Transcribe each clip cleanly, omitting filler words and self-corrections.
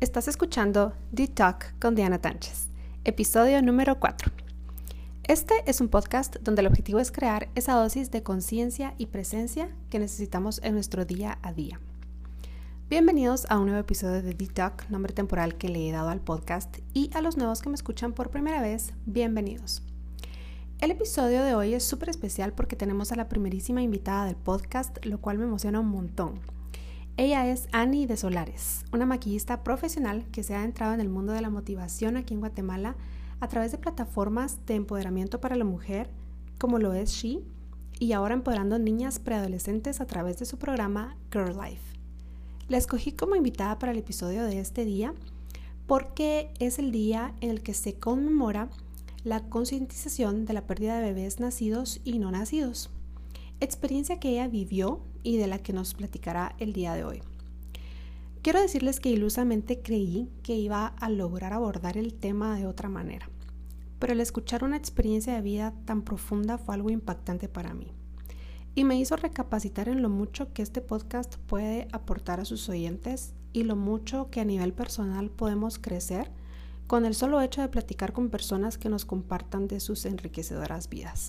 Estás escuchando The Talk con Diana Tánchez, episodio número 4. Este es un podcast donde el objetivo es crear esa dosis de conciencia y presencia que necesitamos en nuestro día a día. Bienvenidos a un nuevo episodio de The Talk, nombre temporal que le he dado al podcast, y a los nuevos que me escuchan por primera vez, bienvenidos. El episodio de hoy es súper especial porque tenemos a la primerísima invitada del podcast, lo cual me emociona un montón. Ella es Annie de Solares, una maquillista profesional que se ha entrado en el mundo de la motivación aquí en Guatemala a través de plataformas de empoderamiento para la mujer, como lo es She, y ahora empoderando niñas preadolescentes a través de su programa Girl Life. La escogí como invitada para el episodio de este día porque es el día en el que se conmemora la concientización de la pérdida de bebés nacidos y no nacidos, experiencia que ella vivió y de la que nos platicará el día de hoy. Quiero decirles que ilusamente creí que iba a lograr abordar el tema de otra manera, pero el escuchar una experiencia de vida tan profunda fue algo impactante para mí y me hizo recapacitar en lo mucho que este podcast puede aportar a sus oyentes y lo mucho que a nivel personal podemos crecer con el solo hecho de platicar con personas que nos compartan de sus enriquecedoras vidas.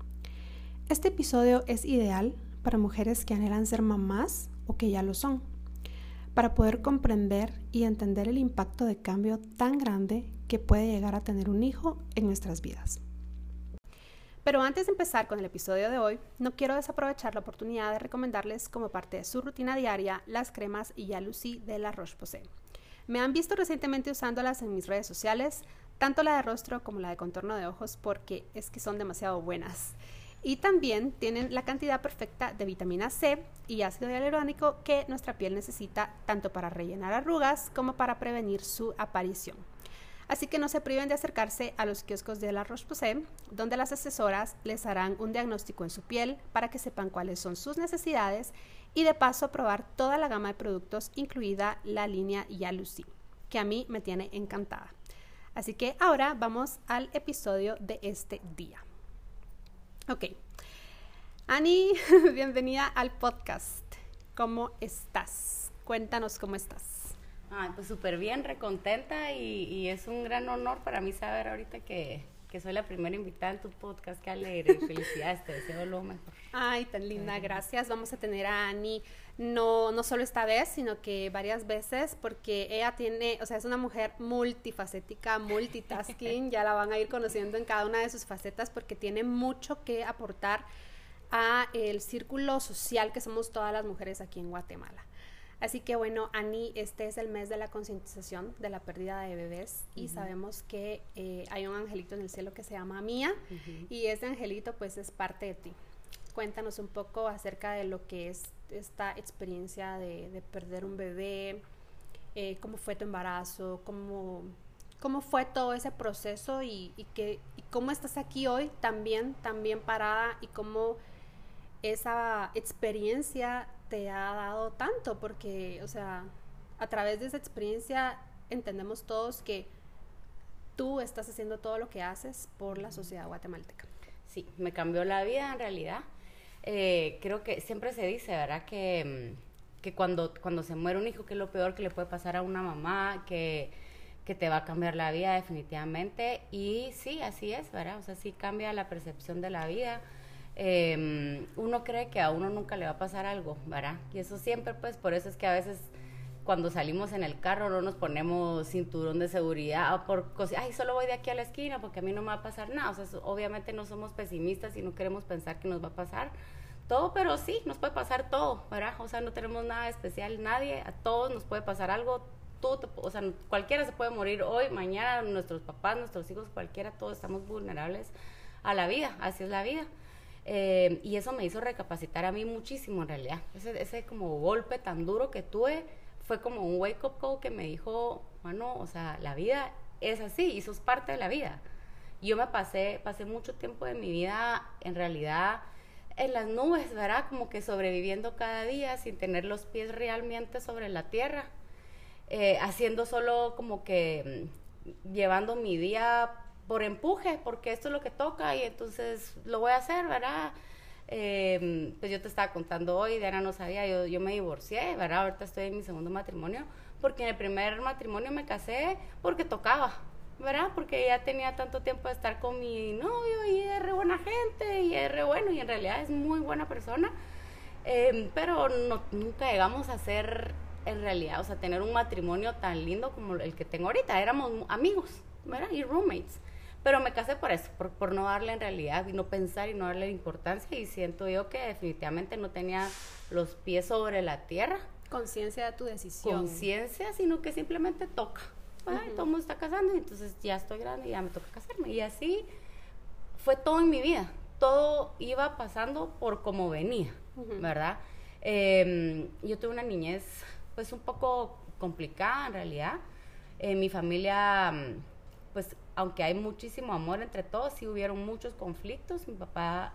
Este episodio es ideal para mujeres que anhelan ser mamás o que ya lo son, para poder comprender y entender el impacto de cambio tan grande que puede llegar a tener un hijo en nuestras vidas. Pero antes de empezar con el episodio de hoy, no quiero desaprovechar la oportunidad de recomendarles como parte de su rutina diaria las cremas Yalucy de La Roche-Posay. Me han visto recientemente usándolas en mis redes sociales, tanto la de rostro como la de contorno de ojos, porque es que son demasiado buenas. Y también tienen la cantidad perfecta de vitamina C y ácido hialurónico que nuestra piel necesita tanto para rellenar arrugas como para prevenir su aparición. Así que no se priven de acercarse a los kioscos de La Roche-Posay, donde las asesoras les harán un diagnóstico en su piel para que sepan cuáles son sus necesidades y de paso probar toda la gama de productos, incluida la línea Yalucy, que a mí me tiene encantada. Así que ahora vamos al episodio de este día. Ok, Annie, bienvenida al podcast. ¿Cómo estás? Cuéntanos cómo estás. Ay, pues súper bien, recontenta y es un gran honor para mí saber ahorita que soy la primera invitada en tu podcast. Qué alegre, felicidades, te deseo lo mejor. Ay, tan linda, gracias. Vamos a tener a Annie no solo esta vez, sino que varias veces, porque ella es una mujer multifacética, multitasking, ya la van a ir conociendo en cada una de sus facetas porque tiene mucho que aportar a el círculo social que somos todas las mujeres aquí en Guatemala. Así que bueno, Annie, este es el mes de la concientización de la pérdida de bebés y sabemos que hay un angelito en el cielo que se llama Mía y ese angelito pues es parte de ti. Cuéntanos un poco acerca de lo que es esta experiencia de perder un bebé, cómo fue tu embarazo, cómo fue todo ese proceso y cómo estás aquí hoy también parada y cómo esa experiencia te ha dado tanto, porque, o sea, a través de esa experiencia entendemos todos que tú estás haciendo todo lo que haces por la sociedad guatemalteca. Sí, me cambió la vida en realidad. Creo que siempre se dice, ¿verdad? Que cuando se muere un hijo, que es lo peor que le puede pasar a una mamá, que te va a cambiar la vida definitivamente. Y sí, así es, ¿verdad? O sea, sí cambia la percepción de la vida. Uno cree que a uno nunca le va a pasar algo, ¿verdad? Y eso siempre, pues, por eso es que a veces cuando salimos en el carro no nos ponemos cinturón de seguridad ay, solo voy de aquí a la esquina porque a mí no me va a pasar nada. O sea, obviamente no somos pesimistas y no queremos pensar que nos va a pasar todo, pero sí, nos puede pasar todo, ¿verdad? O sea, no tenemos nada especial, nadie, a todos nos puede pasar algo. O sea, cualquiera se puede morir hoy, mañana, nuestros papás, nuestros hijos, cualquiera, todos estamos vulnerables a la vida, así es la vida. Y eso me hizo recapacitar a mí muchísimo en realidad. Ese como golpe tan duro que tuve fue como un wake up call que me dijo, bueno, o sea, la vida es así y sos parte de la vida. Yo pasé mucho tiempo de mi vida en realidad en las nubes, ¿verdad? Como que sobreviviendo cada día sin tener los pies realmente sobre la tierra, haciendo solo como que llevando mi día por empuje, porque esto es lo que toca y entonces lo voy a hacer, ¿verdad? Pues yo te estaba contando hoy, Diana no sabía, yo me divorcié, ¿verdad? Ahorita estoy en mi segundo matrimonio, porque en el primer matrimonio me casé porque tocaba, ¿verdad? Porque ya tenía tanto tiempo de estar con mi novio y es re buena gente y es re bueno y en realidad es muy buena persona, pero nunca llegamos a ser en realidad, o sea, tener un matrimonio tan lindo como el que tengo ahorita. Éramos amigos, ¿verdad? Y roommates. Pero me casé por eso, por no darle en realidad y no pensar y no darle importancia, y siento yo que definitivamente no tenía los pies sobre la tierra. Conciencia de tu decisión. Conciencia, sino que simplemente toca. Y todo el mundo está casando y entonces ya estoy grande y ya me toca casarme. Y así fue todo en mi vida. Todo iba pasando por como venía, ¿verdad? Yo tuve una niñez pues un poco complicada en realidad. Mi familia, pues aunque hay muchísimo amor entre todos, sí hubieron muchos conflictos. Mi papá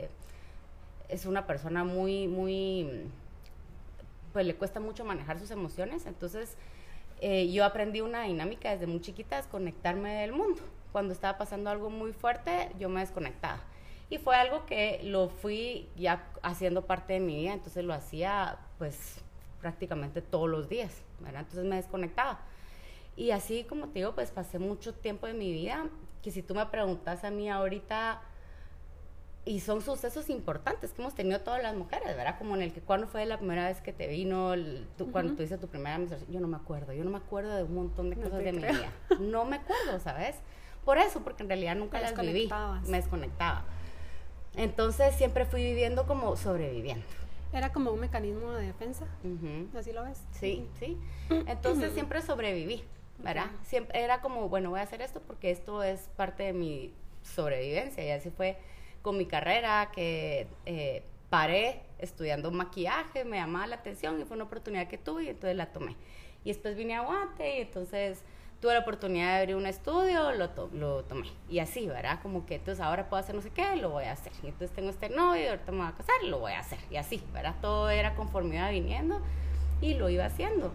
es una persona muy, pues le cuesta mucho manejar sus emociones, entonces yo aprendí una dinámica desde muy chiquita, desconectarme del mundo. Cuando estaba pasando algo muy fuerte, yo me desconectaba. Y fue algo que lo fui ya haciendo parte de mi vida, entonces lo hacía pues prácticamente todos los días, ¿verdad? Entonces me desconectaba. Y así, como te digo, pues pasé mucho tiempo de mi vida, que si tú me preguntas a mí ahorita, y son sucesos importantes que hemos tenido todas las mujeres, ¿verdad? Como en el que, ¿cuándo fue la primera vez que te vino? Cuando tuviste tu primera menstruación. Yo no me acuerdo de un montón de cosas de mi vida. No me acuerdo, ¿sabes? Por eso, porque en realidad nunca las viví. Me desconectaba. Entonces siempre fui viviendo como sobreviviendo. ¿Era como un mecanismo de defensa? ¿Así lo ves? Sí, sí. Entonces siempre sobreviví, ¿verdad? Siempre era como, bueno, voy a hacer esto porque esto es parte de mi sobrevivencia. Y así fue con mi carrera, que paré estudiando maquillaje, me llamaba la atención y fue una oportunidad que tuve y entonces la tomé. Y después vine a Guate y entonces tuve la oportunidad de abrir un estudio, lo tomé. Y así, ¿verdad? Como que entonces ahora puedo hacer no sé qué, lo voy a hacer. Y entonces tengo este novio, ahorita me voy a casar, lo voy a hacer. Y así, ¿verdad? Todo era conforme iba viniendo y lo iba haciendo.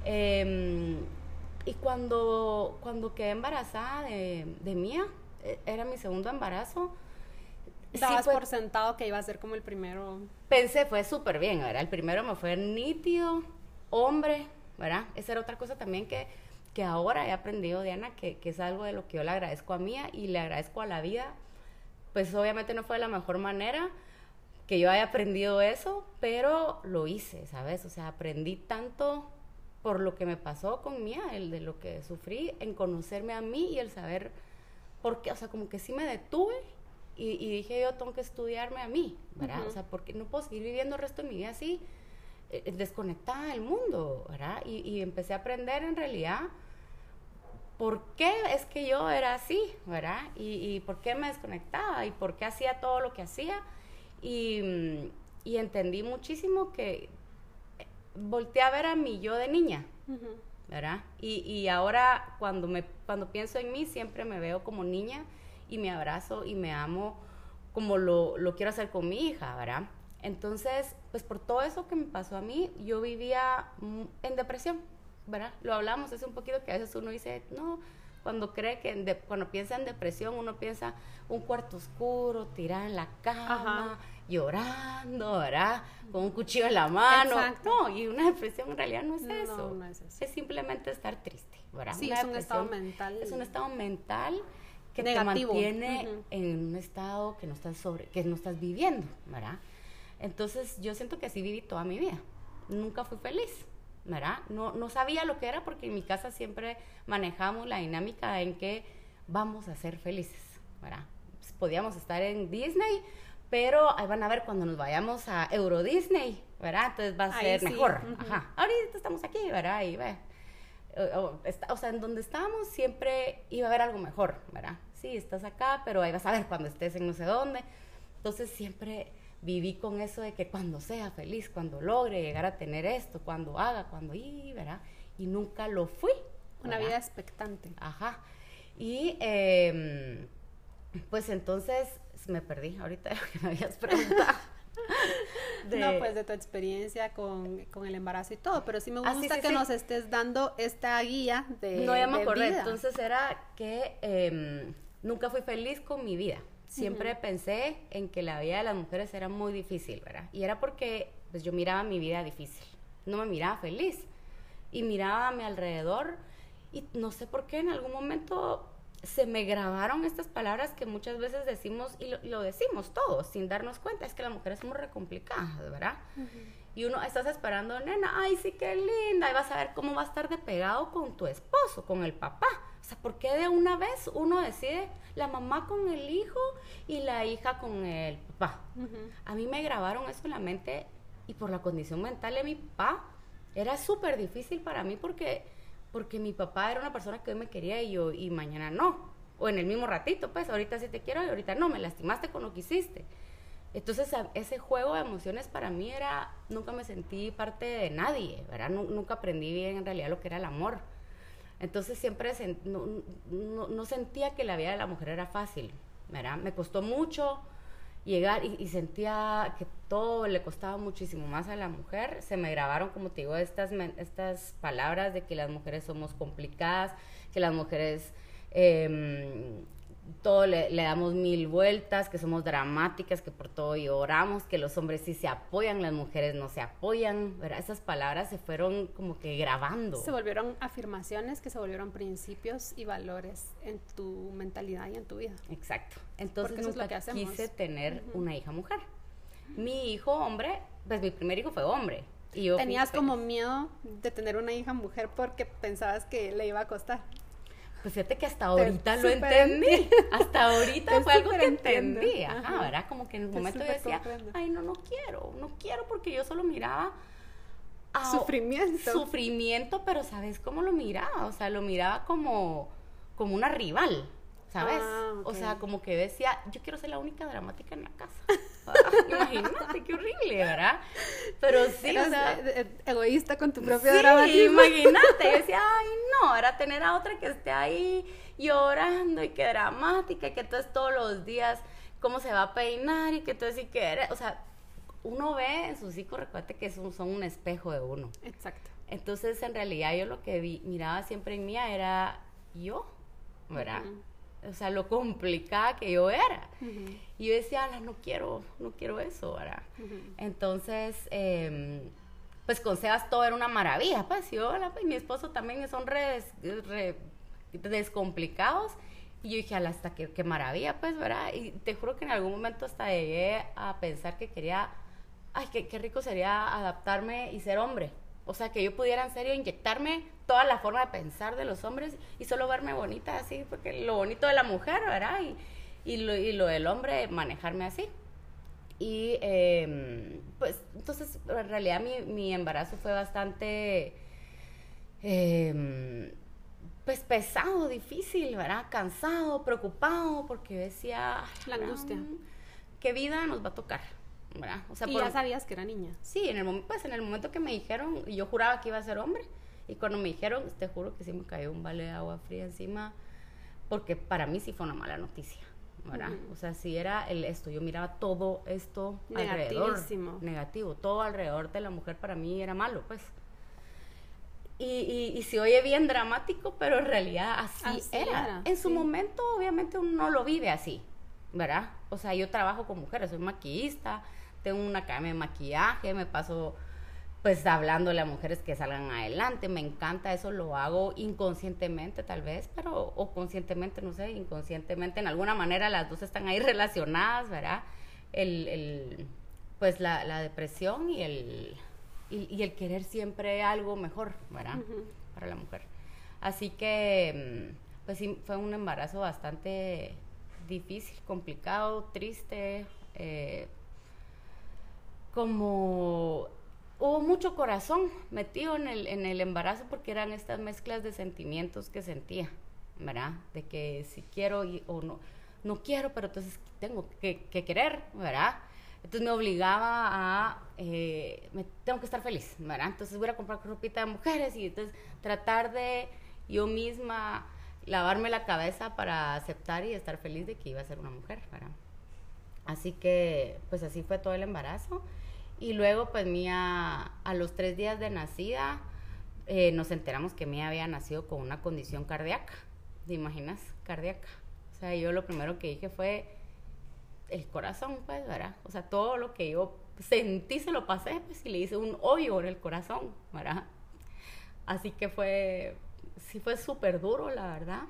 Y cuando quedé embarazada de Mía, era mi segundo embarazo. ¿Dabas por sentado que iba a ser como el primero? Pensé, fue súper bien, ¿verdad? El primero me fue nítido, hombre, ¿verdad? Esa era otra cosa también que ahora he aprendido, Diana, que es algo de lo que yo le agradezco a Mía y le agradezco a la vida. Pues obviamente no fue de la mejor manera que yo haya aprendido eso, pero lo hice, ¿sabes? O sea, aprendí tanto por lo que me pasó con Mía, de lo que sufrí, en conocerme a mí y el saber por qué, o sea, como que sí me detuve. Y dije, yo tengo que estudiarme a mí, ¿verdad? O sea, porque no puedo seguir viviendo el resto de mi vida así, desconectada del mundo, ¿verdad? Y empecé a aprender en realidad por qué es que yo era así, ¿verdad? Y por qué me desconectaba y por qué hacía todo lo que hacía. Y entendí muchísimo que volteé a ver a mi yo de niña, ¿verdad? Y ahora cuando pienso en mí, siempre me veo como niña y me abrazo y me amo como lo quiero hacer con mi hija, ¿verdad? Entonces, pues por todo eso que me pasó a mí, yo vivía en depresión, ¿verdad? Lo hablamos hace un poquito, que a veces uno dice, no, cuando piensa en depresión, uno piensa un cuarto oscuro, tirada en la cama, llorando, ¿verdad? Con un cuchillo en la mano. Exacto. No, y una depresión en realidad no es eso. No es eso. Es simplemente estar triste, ¿verdad? Sí, es un estado mental. Es un estado mental que negativo. Te mantiene en un estado que no estás viviendo, ¿verdad? Entonces yo siento que así viví toda mi vida. Nunca fui feliz, ¿verdad? No sabía lo que era, porque en mi casa siempre manejamos la dinámica en que vamos a ser felices, ¿verdad? Pues podíamos estar en Disney, pero ahí van a ver cuando nos vayamos a Euro Disney, ¿verdad? Entonces va a ser mejor. Ajá. Ahorita estamos aquí, ¿verdad? Y ve. O sea, en donde estábamos siempre iba a haber algo mejor, ¿verdad? Sí, estás acá, pero ahí vas a ver cuando estés en no sé dónde. Entonces siempre viví con eso de que cuando sea feliz, cuando logre llegar a tener esto, cuando haga, ¿verdad? Y nunca lo fui, ¿verdad? Una vida expectante. Ajá. Y pues entonces me perdí ahorita de lo que me habías preguntado. No, pues de tu experiencia con el embarazo y todo, pero sí me gusta que nos estés dando esta guía de No, ya me acordé. vida. Entonces era que nunca fui feliz con mi vida. Siempre pensé en que la vida de las mujeres era muy difícil, ¿verdad? Y era porque pues yo miraba mi vida difícil, no me miraba feliz. y miraba a mi alrededor y no sé por qué en algún momento se me grabaron estas palabras que muchas veces decimos y lo decimos todos sin darnos cuenta. Es que las mujeres somos recomplicadas, ¿verdad? Uh-huh. Y uno, estás esperando, nena, ay, sí, qué linda, y vas a ver cómo va a estar de pegado con tu esposo, con el papá. O sea, ¿por qué de una vez uno decide la mamá con el hijo y la hija con el papá? Uh-huh. A mí me grabaron eso en la mente, y por la condición mental de mi papá era súper difícil para mí porque mi papá era una persona que hoy me quería y mañana no, o en el mismo ratito, pues ahorita sí te quiero y ahorita no, me lastimaste con lo que hiciste. Entonces ese juego de emociones para mí era, nunca me sentí parte de nadie, ¿verdad? Nunca aprendí bien en realidad lo que era el amor. Entonces siempre no sentía que la vida de la mujer era fácil, ¿verdad? Me costó mucho llegar y sentía que todo le costaba muchísimo más a la mujer. Se me grabaron, como te digo, estas palabras de que las mujeres somos complicadas, que las mujeres todo le damos 1000 vueltas, que somos dramáticas, que por todo lloramos, que los hombres sí se apoyan, las mujeres no se apoyan, ¿verdad? Esas palabras se fueron como que grabando. Se volvieron afirmaciones que se volvieron principios y valores en tu mentalidad y en tu vida. Exacto. Entonces nunca quise tener una hija mujer. Mi hijo hombre, pues mi primer hijo fue hombre. Y yo ¿Tenías como miedo de tener una hija mujer porque pensabas que le iba a costar? Pues fíjate que hasta ahorita lo entendí. Hasta ahorita fue algo que entendí. Ajá, ¿verdad? Como que en un momento yo decía, ay, no quiero porque yo solo miraba sufrimiento, pero ¿sabes cómo lo miraba? O sea, lo miraba como una rival, ¿sabes? Okay. O sea, como que decía, yo quiero ser la única dramática en la casa. Imagínate, qué horrible, ¿verdad? Pero sí, eras, o sea, egoísta con tu propio dramatismo. Imagínate, yo decía, ay, no, era tener a otra que esté ahí llorando y que dramática, y que entonces todos los días cómo se va a peinar y que entonces sí que era, o sea, uno ve en sus hijos, recuerda que son un espejo de uno. Exacto. Entonces, en realidad, yo lo que miraba siempre en mí era yo, ¿verdad? Uh-huh. O sea, lo complicada que yo era. Uh-huh. Y yo decía, no quiero eso, ¿verdad? Uh-huh. Entonces, pues con Sebas todo era una maravilla, pues yo, y mi esposo también son re descomplicados. Y yo dije, hasta qué maravilla, pues, ¿verdad? Y te juro que en algún momento hasta llegué a pensar que quería, ay, qué rico sería adaptarme y ser hombre. O sea, que yo pudiera en serio inyectarme toda la forma de pensar de los hombres y solo verme bonita así, porque lo bonito de la mujer, ¿verdad? Y lo del hombre, manejarme así. Y pues, entonces, en realidad mi embarazo fue bastante, pues, pesado, difícil, ¿verdad? Cansado, preocupado, porque decía, la angustia. ¿Qué vida nos va a tocar? ¿Verdad? O sea, y ya sabías que era niña. Sí, en el momento que me dijeron, yo juraba que iba a ser hombre, y cuando me dijeron, te juro que sí me cayó un balde de agua fría encima, porque para mí sí fue una mala noticia, ¿verdad? Uh-huh. O sea, sí era esto, yo miraba todo esto alrededor, negativo, todo alrededor de la mujer para mí era malo, pues. Y se oye bien dramático, pero en realidad así era. En su momento, obviamente, uno no lo vive así, ¿verdad? O sea, yo trabajo con mujeres, soy maquillista, tengo una academia de maquillaje, me paso pues hablándole a mujeres que salgan adelante, me encanta eso, lo hago inconscientemente tal vez, pero o conscientemente, no sé, inconscientemente, en alguna manera las dos están ahí relacionadas, ¿verdad? Pues la depresión y el querer siempre algo mejor, ¿verdad? Uh-huh. Para la mujer. Así que, pues sí, fue un embarazo bastante difícil, complicado, triste, como hubo mucho corazón metido en el embarazo porque eran estas mezclas de sentimientos que sentía, ¿verdad? De que si quiero o no quiero, pero entonces tengo que querer, ¿verdad? Entonces me obligaba tengo que estar feliz, ¿verdad? Entonces voy a comprar ropita de mujeres y entonces tratar de yo misma lavarme la cabeza para aceptar y estar feliz de que iba a ser una mujer, ¿verdad? Así que, pues así fue todo el embarazo. Y luego, pues Mía, a los 3 días de nacida, nos enteramos que Mía había nacido con una condición cardíaca. ¿Te imaginas? Cardíaca. O sea, yo lo primero que dije fue el corazón, pues, ¿verdad? O sea, todo lo que yo sentí se lo pasé, pues, y le hice un hoyo en el corazón, ¿verdad? Así que sí fue súper duro, la verdad.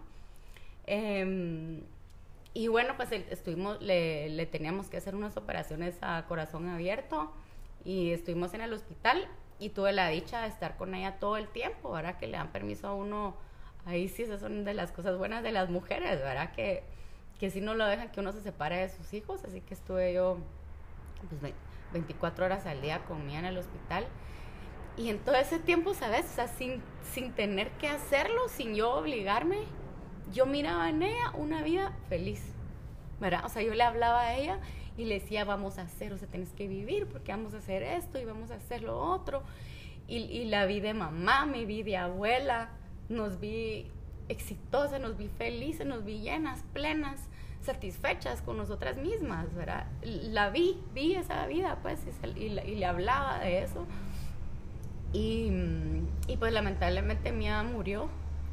Y bueno, pues le teníamos que hacer unas operaciones a corazón abierto y estuvimos en el hospital y tuve la dicha de estar con ella todo el tiempo, ¿verdad? Que le dan permiso a uno, ahí sí, esas son de las cosas buenas de las mujeres, ¿verdad? Que sí no lo dejan que uno se separe de sus hijos, así que estuve yo pues 24 horas al día con Mía en el hospital. Y en todo ese tiempo, ¿sabes? O sea, sin tener que hacerlo, sin yo obligarme, yo miraba en ella una vida feliz, ¿verdad? O sea, yo le hablaba a ella y le decía, vamos a hacer, o sea, tienes que vivir porque vamos a hacer esto y vamos a hacer lo otro. Y la vi de mamá, me vi de abuela, nos vi exitosas, nos vi felices, nos vi llenas, plenas, satisfechas con nosotras mismas, ¿verdad? La vi esa vida, pues, y le hablaba de eso. Y pues lamentablemente Mía murió.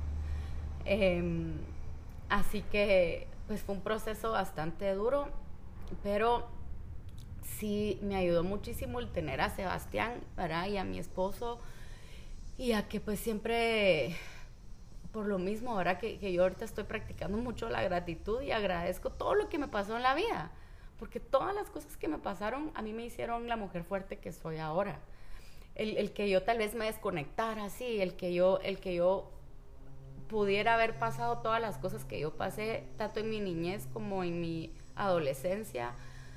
Así que pues fue un proceso bastante duro, pero sí me ayudó muchísimo el tener a Sebastián, ¿verdad? Y a mi esposo, y a que pues siempre, por lo mismo, ¿verdad? Que yo ahorita estoy practicando mucho la gratitud y agradezco todo lo que me pasó en la vida, porque todas las cosas que me pasaron a mí me hicieron la mujer fuerte que soy ahora. El que yo tal vez me desconectara, sí, el que yo pudiera haber pasado todas las cosas que yo pasé, tanto en mi niñez como en mi adolescencia,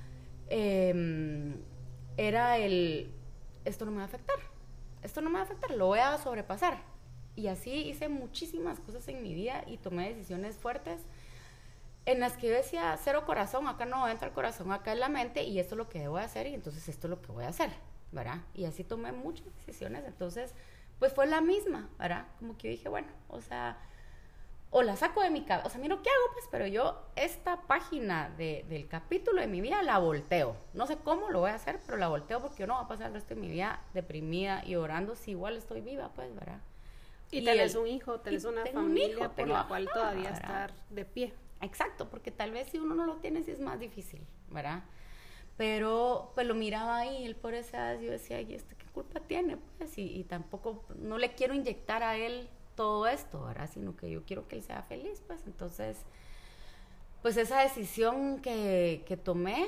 era esto no me va a afectar, lo voy a sobrepasar. Y así hice muchísimas cosas en mi vida y tomé decisiones fuertes en las que yo decía, cero corazón, acá no entra el corazón, acá es la mente, y esto es lo que debo hacer, y entonces esto es lo que voy a hacer, ¿verdad? Y así tomé muchas decisiones, entonces pues fue la misma, ¿verdad? Como que yo dije, bueno, o sea, o la saco de mi cabeza, o sea, mira qué hago, pues, pero yo esta página del capítulo de mi vida la volteo. No sé cómo lo voy a hacer, pero la volteo porque yo no voy a pasar el resto de mi vida deprimida y orando si igual estoy viva, pues, ¿verdad? Y tenés un hijo, tenés una familia por la cual todavía estar de pie. Exacto, porque tal vez si uno no lo tiene sí es más difícil, ¿verdad? Pero pues lo miraba ahí, él por esa edad, yo decía, ¿y qué culpa tiene? Pues, y tampoco, no le quiero inyectar a él todo esto, ¿verdad? Sino que yo quiero que él sea feliz, pues. Entonces, pues esa decisión que tomé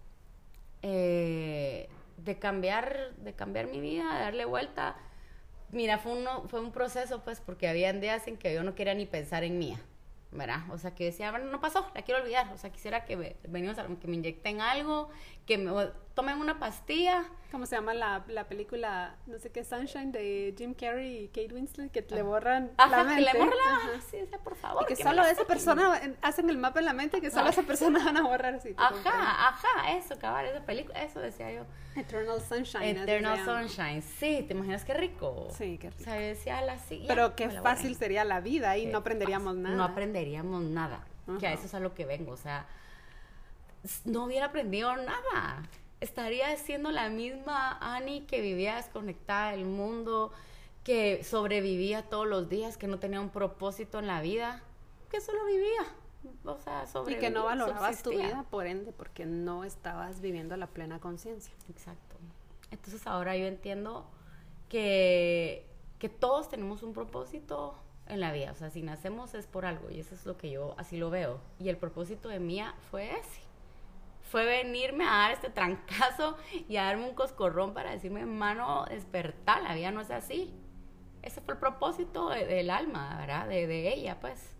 de cambiar mi vida, de darle vuelta, mira, fue un proceso, pues, porque había días en que yo no quería ni pensar en Mía, ¿verdad? O sea, que decía, bueno, no pasó, la quiero olvidar. O sea, quisiera que me inyecten algo, que me tomen una pastilla. ¿Cómo se llama la película, no sé qué, Sunshine, de Jim Carrey y Kate Winslet, que le borran la mente? Que le borran la mente. Sí, decía, por favor. Y que solo esa persona, hacen el mapa en la mente, que solo esa persona van a borrar. Así, Eso, cabal, esa película, eso decía yo. Eternal Sunshine. Eternal Sunshine, sí, ¿te imaginas qué rico? Sí, qué rico. O sea, yo decía así. Pero qué fácil sería la vida y no aprenderíamos nada. No aprenderíamos nada, que a eso es a lo que vengo, o sea, no hubiera aprendido nada. Estaría siendo la misma Annie que vivía desconectada del mundo, que sobrevivía todos los días, que no tenía un propósito en la vida, que solo vivía, o sea, sobrevivía. Y que no valorabas tu vida, por ende, porque no estabas viviendo la plena conciencia. Exacto. Entonces ahora yo entiendo que todos tenemos un propósito en la vida, o sea, si nacemos es por algo, y eso es lo que yo así lo veo. Y el propósito de Mía fue ese. Fue venirme a dar este trancazo y a darme un coscorrón para decirme, mano, despertar, la vida no es así. Ese fue el propósito del alma, ¿verdad? De ella, pues.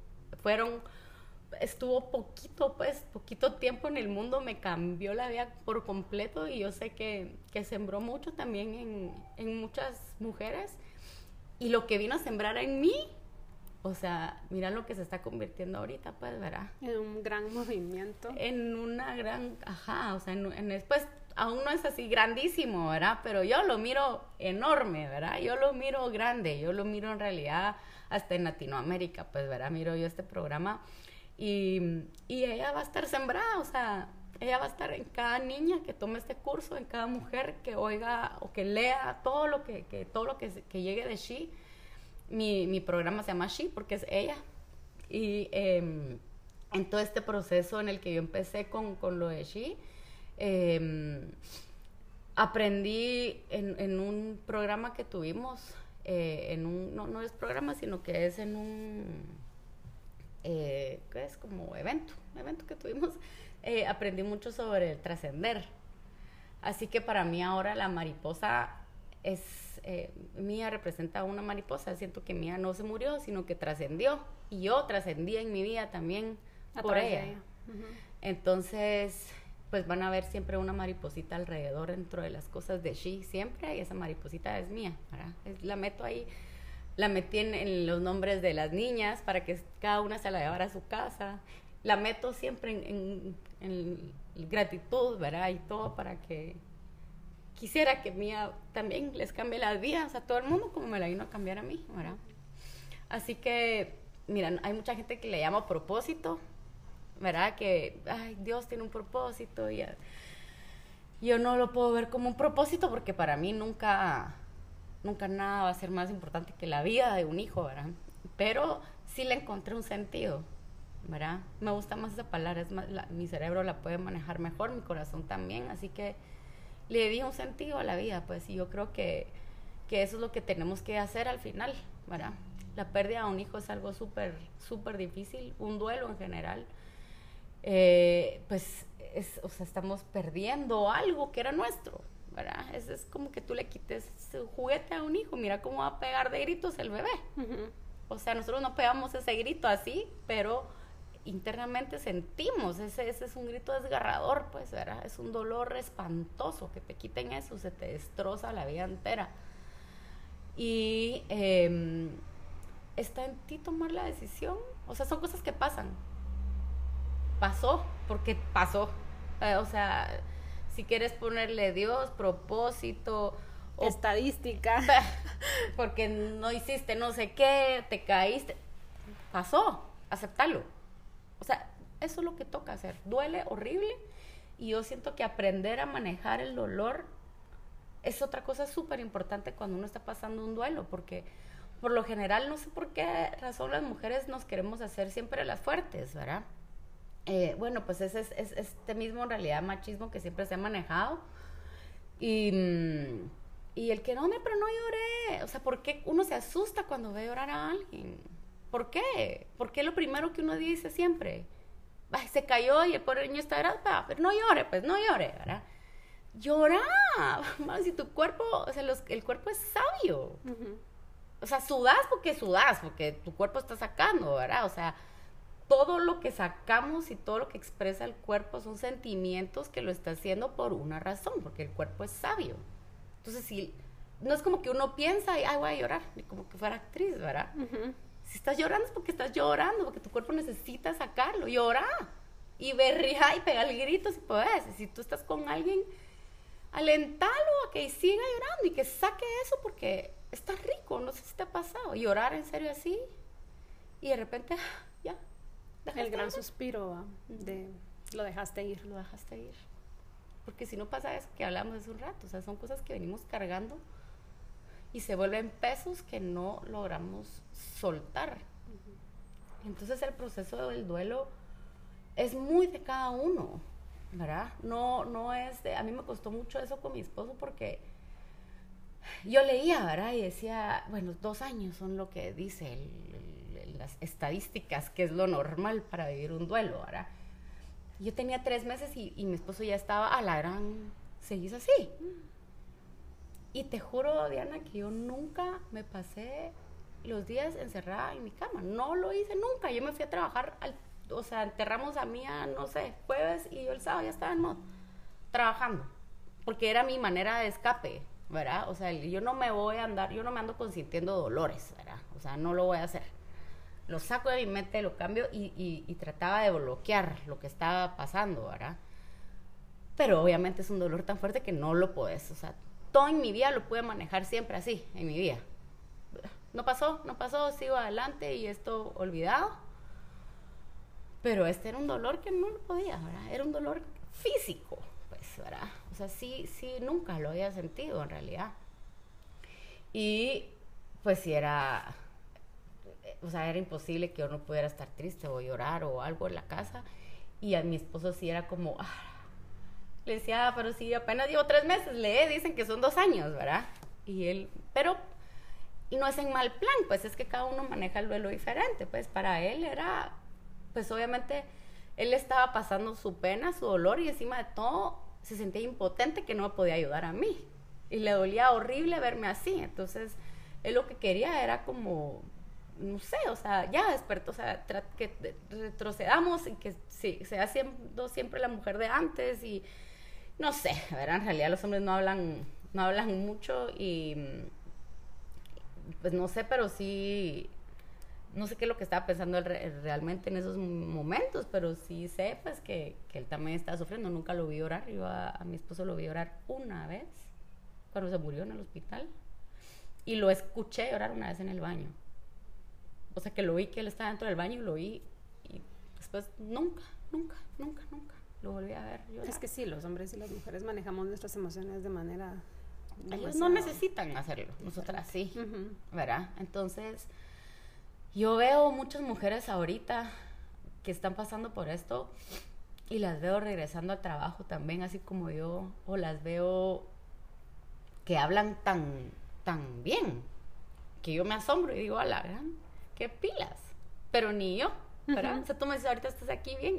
Estuvo poquito tiempo en el mundo, me cambió la vida por completo, y yo sé que sembró mucho también en muchas mujeres. Y lo que vino a sembrar en mí, o sea, mira lo que se está convirtiendo ahorita, pues, ¿verdad? En un gran movimiento. En una gran, o sea, después aún no es así grandísimo, ¿verdad? Pero yo lo miro enorme, ¿verdad? Yo lo miro grande, yo lo miro en realidad hasta en Latinoamérica, pues, ¿verdad? Miro yo este programa y ella va a estar sembrada, o sea, ella va a estar en cada niña que tome este curso, en cada mujer que oiga o que lea todo lo que llegue de She. Mi programa se llama She porque es ella. Y en todo este proceso en el que yo empecé con lo de She, aprendí en un programa que tuvimos no es programa, sino que es en un, ¿qué es? Como evento que tuvimos, aprendí mucho sobre el trascender. Así que para mí ahora la mariposa Mía representa una mariposa. Siento que Mía no se murió, sino que trascendió. Y yo trascendí en mi vida también por ella. Uh-huh. Entonces, pues van a ver siempre una mariposita alrededor dentro de las cosas de She, siempre, y esa mariposita es mía, ¿verdad? La meto ahí, la metí en los nombres de las niñas para que cada una se la llevara a su casa. La meto siempre en gratitud, ¿verdad? Y todo para que quisiera que Mía también les cambie las vidas a todo el mundo como me la vino a cambiar a mí, ¿verdad? Así que, mira, hay mucha gente que le llama propósito, ¿verdad? Que, ay, Dios tiene un propósito y yo no lo puedo ver como un propósito porque para mí nunca nada va a ser más importante que la vida de un hijo, ¿verdad? Pero sí le encontré un sentido, ¿verdad? Me gusta más esa palabra, es más, mi cerebro la puede manejar mejor, mi corazón también, así que le di un sentido a la vida, pues, y yo creo que eso es lo que tenemos que hacer al final, ¿verdad? La pérdida de un hijo es algo súper, súper difícil, un duelo en general, pues, o sea, estamos perdiendo algo que era nuestro, ¿verdad? Es como que tú le quites su juguete a un hijo, mira cómo va a pegar de gritos el bebé. Uh-huh. O sea, nosotros no pegamos ese grito así, pero internamente sentimos, ese es un grito desgarrador, pues, ¿verdad? Es un dolor espantoso, que te quiten eso, se te destroza la vida entera. Y está en ti tomar la decisión, o sea, son cosas que pasan. Pasó, porque pasó. O sea, si quieres ponerle Dios, propósito, estadística, porque no hiciste no sé qué, te caíste, pasó, aceptalo. O sea, eso es lo que toca hacer. Duele horrible y yo siento que aprender a manejar el dolor es otra cosa súper importante cuando uno está pasando un duelo, porque por lo general, no sé por qué razón las mujeres nos queremos hacer siempre las fuertes, ¿verdad? Bueno, pues es este mismo en realidad machismo que siempre se ha manejado y el que no, pero no lloré, o sea, ¿por qué uno se asusta cuando ve llorar a alguien? ¿Por qué? ¿Por qué lo primero que uno dice siempre? Ay, se cayó y el pobre niño está llorando, pero no llore, pues no llore, ¿verdad? Llora, si tu cuerpo, o sea, el cuerpo es sabio. Uh-huh. O sea, sudas porque tu cuerpo está sacando, ¿verdad? O sea, todo lo que sacamos y todo lo que expresa el cuerpo son sentimientos que lo está haciendo por una razón, porque el cuerpo es sabio. Entonces, si no es como que uno piensa y, ay, voy a llorar, ni como que fuera actriz, ¿verdad? Uh-huh. Si estás llorando es porque estás llorando, porque tu cuerpo necesita sacarlo. Llora y berrea y pega el grito si puedes. Y si tú estás con alguien, alentalo a que siga llorando y que saque eso porque está rico. No sé si te ha pasado. Llorar en serio así y de repente, ya. El gran suspiro lo dejaste ir. Lo dejaste ir. Porque si no pasa eso que hablamos hace un rato, o sea, son cosas que venimos cargando y se vuelven pesos que no logramos soltar. Uh-huh. Entonces el proceso del duelo es muy de cada uno, ¿verdad? No es a mí me costó mucho eso con mi esposo porque yo leía, ¿verdad? Y decía, bueno, 2 años son lo que dice las estadísticas, que es lo normal para vivir un duelo, ¿verdad? Yo tenía 3 meses y mi esposo ya estaba a la gran, seguís así. Y te juro, Diana, que yo nunca me pasé los días encerrada en mi cama. No lo hice nunca. Yo me fui a trabajar, o sea, enterramos a Mía, no sé, jueves y yo el sábado ya estaba en modo, trabajando. Porque era mi manera de escape, ¿verdad? O sea, yo no me ando consintiendo dolores, ¿verdad? O sea, no lo voy a hacer. Lo saco de mi mente, lo cambio y trataba de bloquear lo que estaba pasando, ¿verdad? Pero obviamente es un dolor tan fuerte que no lo puedes, o sea, todo en mi vida lo pude manejar siempre así, en mi vida. No pasó, sigo adelante y esto olvidado. Pero este era un dolor que no lo podía, ¿verdad? Era un dolor físico, pues, ¿verdad? O sea, sí, nunca lo había sentido en realidad. Y pues sí era imposible que yo no pudiera estar triste o llorar o algo en la casa. Y a mi esposo sí era como, le decía, pero sí, apenas llevo 3 meses, dicen que son 2 años, ¿verdad? Y él, pero Y no es en mal plan, pues es que cada uno maneja el duelo diferente. Pues para él era, pues obviamente, él estaba pasando su pena, su dolor, y encima de todo se sentía impotente que no me podía ayudar a mí. Y le dolía horrible verme así. Entonces, él lo que quería era como, no sé, o sea, ya despertó, o sea, que retrocedamos y que sí, sea siempre la mujer de antes. Y no sé, a ver, en realidad los hombres no hablan mucho, y pues no sé, pero sí, no sé qué es lo que estaba pensando él realmente en esos momentos, pero sí sé pues que él también estaba sufriendo. Nunca lo vi llorar. Yo a mi esposo lo vi llorar una vez cuando se murió en el hospital, y lo escuché llorar una vez en el baño. O sea, que lo vi, que él estaba dentro del baño, y lo vi, y después nunca lo volví a ver llorar. Es que sí, los hombres y las mujeres manejamos nuestras emociones de manera... Ellos no necesitan hacerlo, nosotras sí, ¿verdad? Entonces, yo veo muchas mujeres ahorita que están pasando por esto, y las veo regresando al trabajo también, así como yo, o las veo que hablan tan bien, que yo me asombro y digo, ala, ¿verdad? Qué pilas, pero ni yo, ¿verdad? O sea, tú me dices, ahorita estás aquí bien,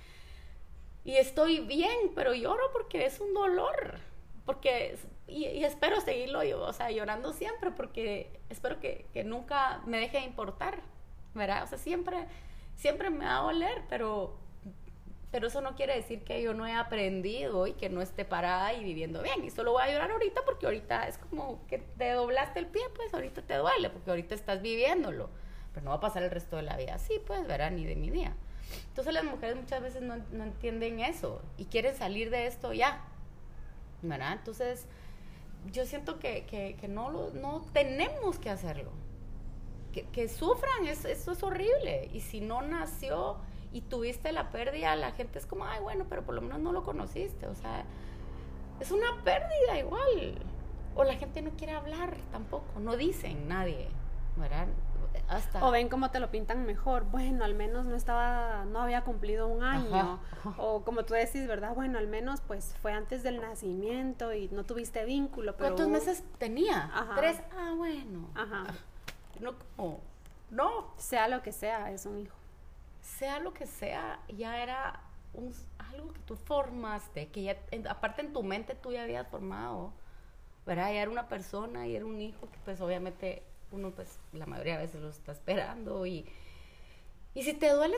y estoy bien, pero lloro porque es un dolor, porque y espero seguirlo, o sea, llorando siempre, porque espero que nunca me deje de importar, ¿verdad? O sea, siempre me va a doler, pero eso no quiere decir que yo no he aprendido y que no esté parada y viviendo bien. Y solo voy a llorar ahorita porque ahorita es como que te doblaste el pie, pues ahorita te duele, porque ahorita estás viviéndolo, pero no va a pasar el resto de la vida así, pues, ¿verdad? Ni de mi día. Entonces las mujeres muchas veces no entienden eso y quieren salir de esto ya, ¿verdad? Entonces yo siento que no tenemos que hacerlo. Que sufran, eso es horrible. Y si no nació y tuviste la pérdida, la gente es como, ay, bueno, pero por lo menos no lo conociste. O sea, es una pérdida igual. O la gente no quiere hablar tampoco, no dicen nadie, ¿verdad? O ven cómo te lo pintan mejor. Bueno, al menos no había cumplido un año. Ajá. O como tú decís, ¿verdad? Bueno, al menos pues fue antes del nacimiento y no tuviste vínculo, pero... ¿Cuántos meses tenía? Ajá. 3. Ah, bueno. Ajá. No, como... No. Sea lo que sea, es un hijo. Sea lo que sea, ya era algo que tú formaste, que ya, aparte en tu mente tú ya habías formado, ¿verdad? Ya era una persona y era un hijo que pues obviamente uno pues la mayoría de veces lo está esperando, y si te duele,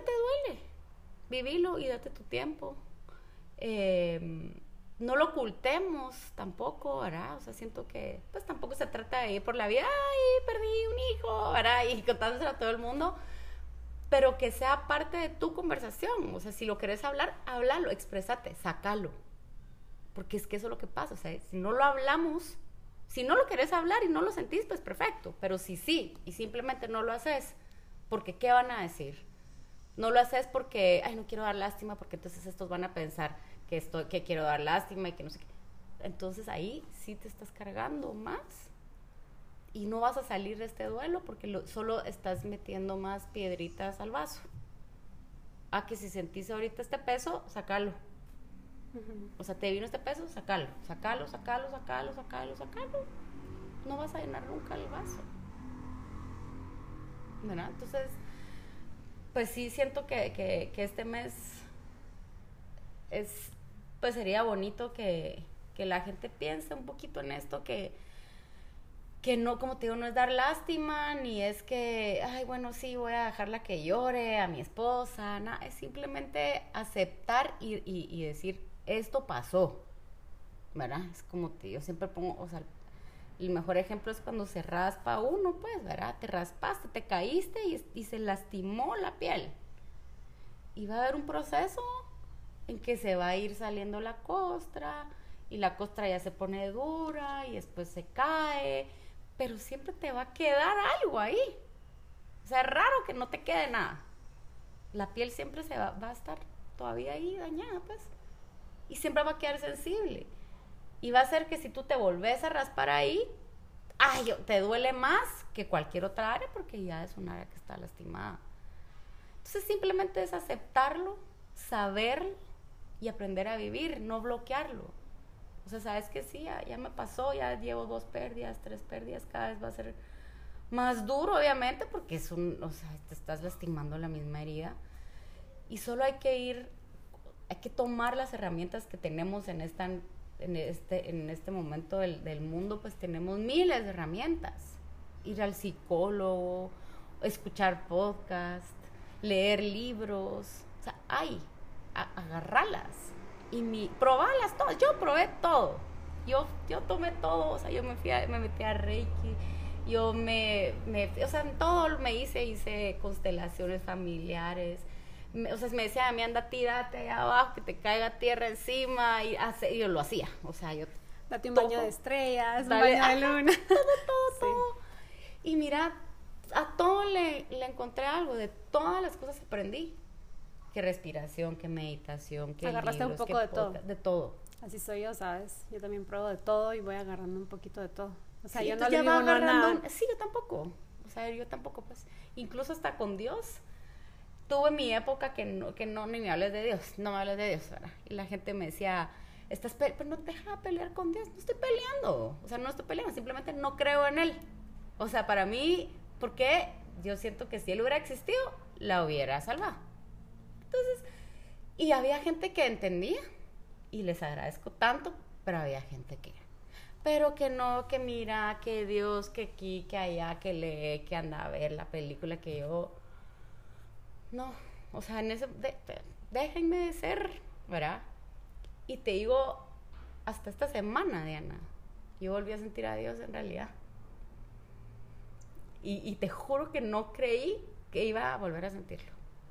vivilo y date tu tiempo. No lo ocultemos tampoco, ¿verdad? O sea, siento que pues tampoco se trata de ir por la vida, ay, perdí un hijo, ¿verdad? Y contándoselo a todo el mundo, pero que sea parte de tu conversación. O sea, si lo querés hablar, háblalo, exprésate, sácalo, porque es que eso es lo que pasa. O sea, si no lo hablamos, si no lo querés hablar y no lo sentís, pues perfecto, pero si sí, y simplemente no lo haces, porque ¿qué van a decir? No lo haces porque, ay, no quiero dar lástima, porque entonces estos van a pensar que quiero dar lástima y que no sé qué. Entonces ahí sí te estás cargando más y no vas a salir de este duelo, porque solo estás metiendo más piedritas al vaso. Que si sentís ahorita este peso, sácalo. O sea, te vino este peso, sácalo. No vas a llenar nunca el vaso, ¿verdad? Entonces, pues sí siento que este mes pues sería bonito que la gente piense un poquito en esto, que no, como te digo, no es dar lástima, ni es que, ay, bueno, sí, voy a dejarla que llore a mi esposa, nada, es simplemente aceptar y decir, esto pasó, ¿verdad? Es como yo siempre pongo, o sea, el mejor ejemplo es cuando se raspa uno, pues, ¿verdad? Te raspaste, te caíste y se lastimó la piel. Y va a haber un proceso en que se va a ir saliendo la costra, y la costra ya se pone dura y después se cae, pero siempre te va a quedar algo ahí. O sea, es raro que no te quede nada. La piel siempre va a estar todavía ahí dañada, pues, y siempre va a quedar sensible. Y va a ser que si tú te volvés a raspar ahí, te duele más que cualquier otra área, porque ya es un área que está lastimada. Entonces simplemente es aceptarlo, saber y aprender a vivir, no bloquearlo. O sea, sabes que sí, ya me pasó, ya llevo 2 pérdidas, 3 pérdidas, cada vez va a ser más duro, obviamente, porque o sea, te estás lastimando la misma herida. Y solo hay que tomar las herramientas que tenemos en este momento del mundo, pues tenemos miles de herramientas. Ir al psicólogo, escuchar podcast, leer libros, o sea, agarrarlas y probarlas todas. Yo probé todo, yo tomé todo, o sea, yo me metí a Reiki, o sea, en todo me hice constelaciones familiares. O sea, me decía, me anda, tírate allá abajo, que te caiga tierra encima, y yo lo hacía, o sea, yo... Date un baño de estrellas, un baño de luna. Todo. Y mira, a todo le encontré algo, de todas las cosas que aprendí. Que respiración, que meditación, que agarraste libros, un poco de todo. De todo. Así soy yo, ¿sabes? Yo también pruebo de todo y voy agarrando un poquito de todo. O sea, Sí, yo no le digo no a nada. Sí, yo tampoco. O sea, yo tampoco, pues. Incluso hasta con Dios. Tuve mi época que no ni me hables de Dios, no me hables de Dios, ¿verdad? Y la gente me decía, pero no te deja pelear con Dios. No estoy peleando. O sea, no estoy peleando, simplemente no creo en Él. O sea, para mí, porque yo siento que si Él hubiera existido, la hubiera salvado. Entonces, y había gente que entendía, y les agradezco tanto, pero había gente pero que no, que mira, que Dios, que aquí, que allá, que lee, que anda a ver la película, que yo... No, o sea, déjenme de ser, ¿verdad? Y te digo, hasta esta semana, Diana, yo volví a sentir a Dios en realidad. Y te juro que no creí que iba a volver a sentirlo.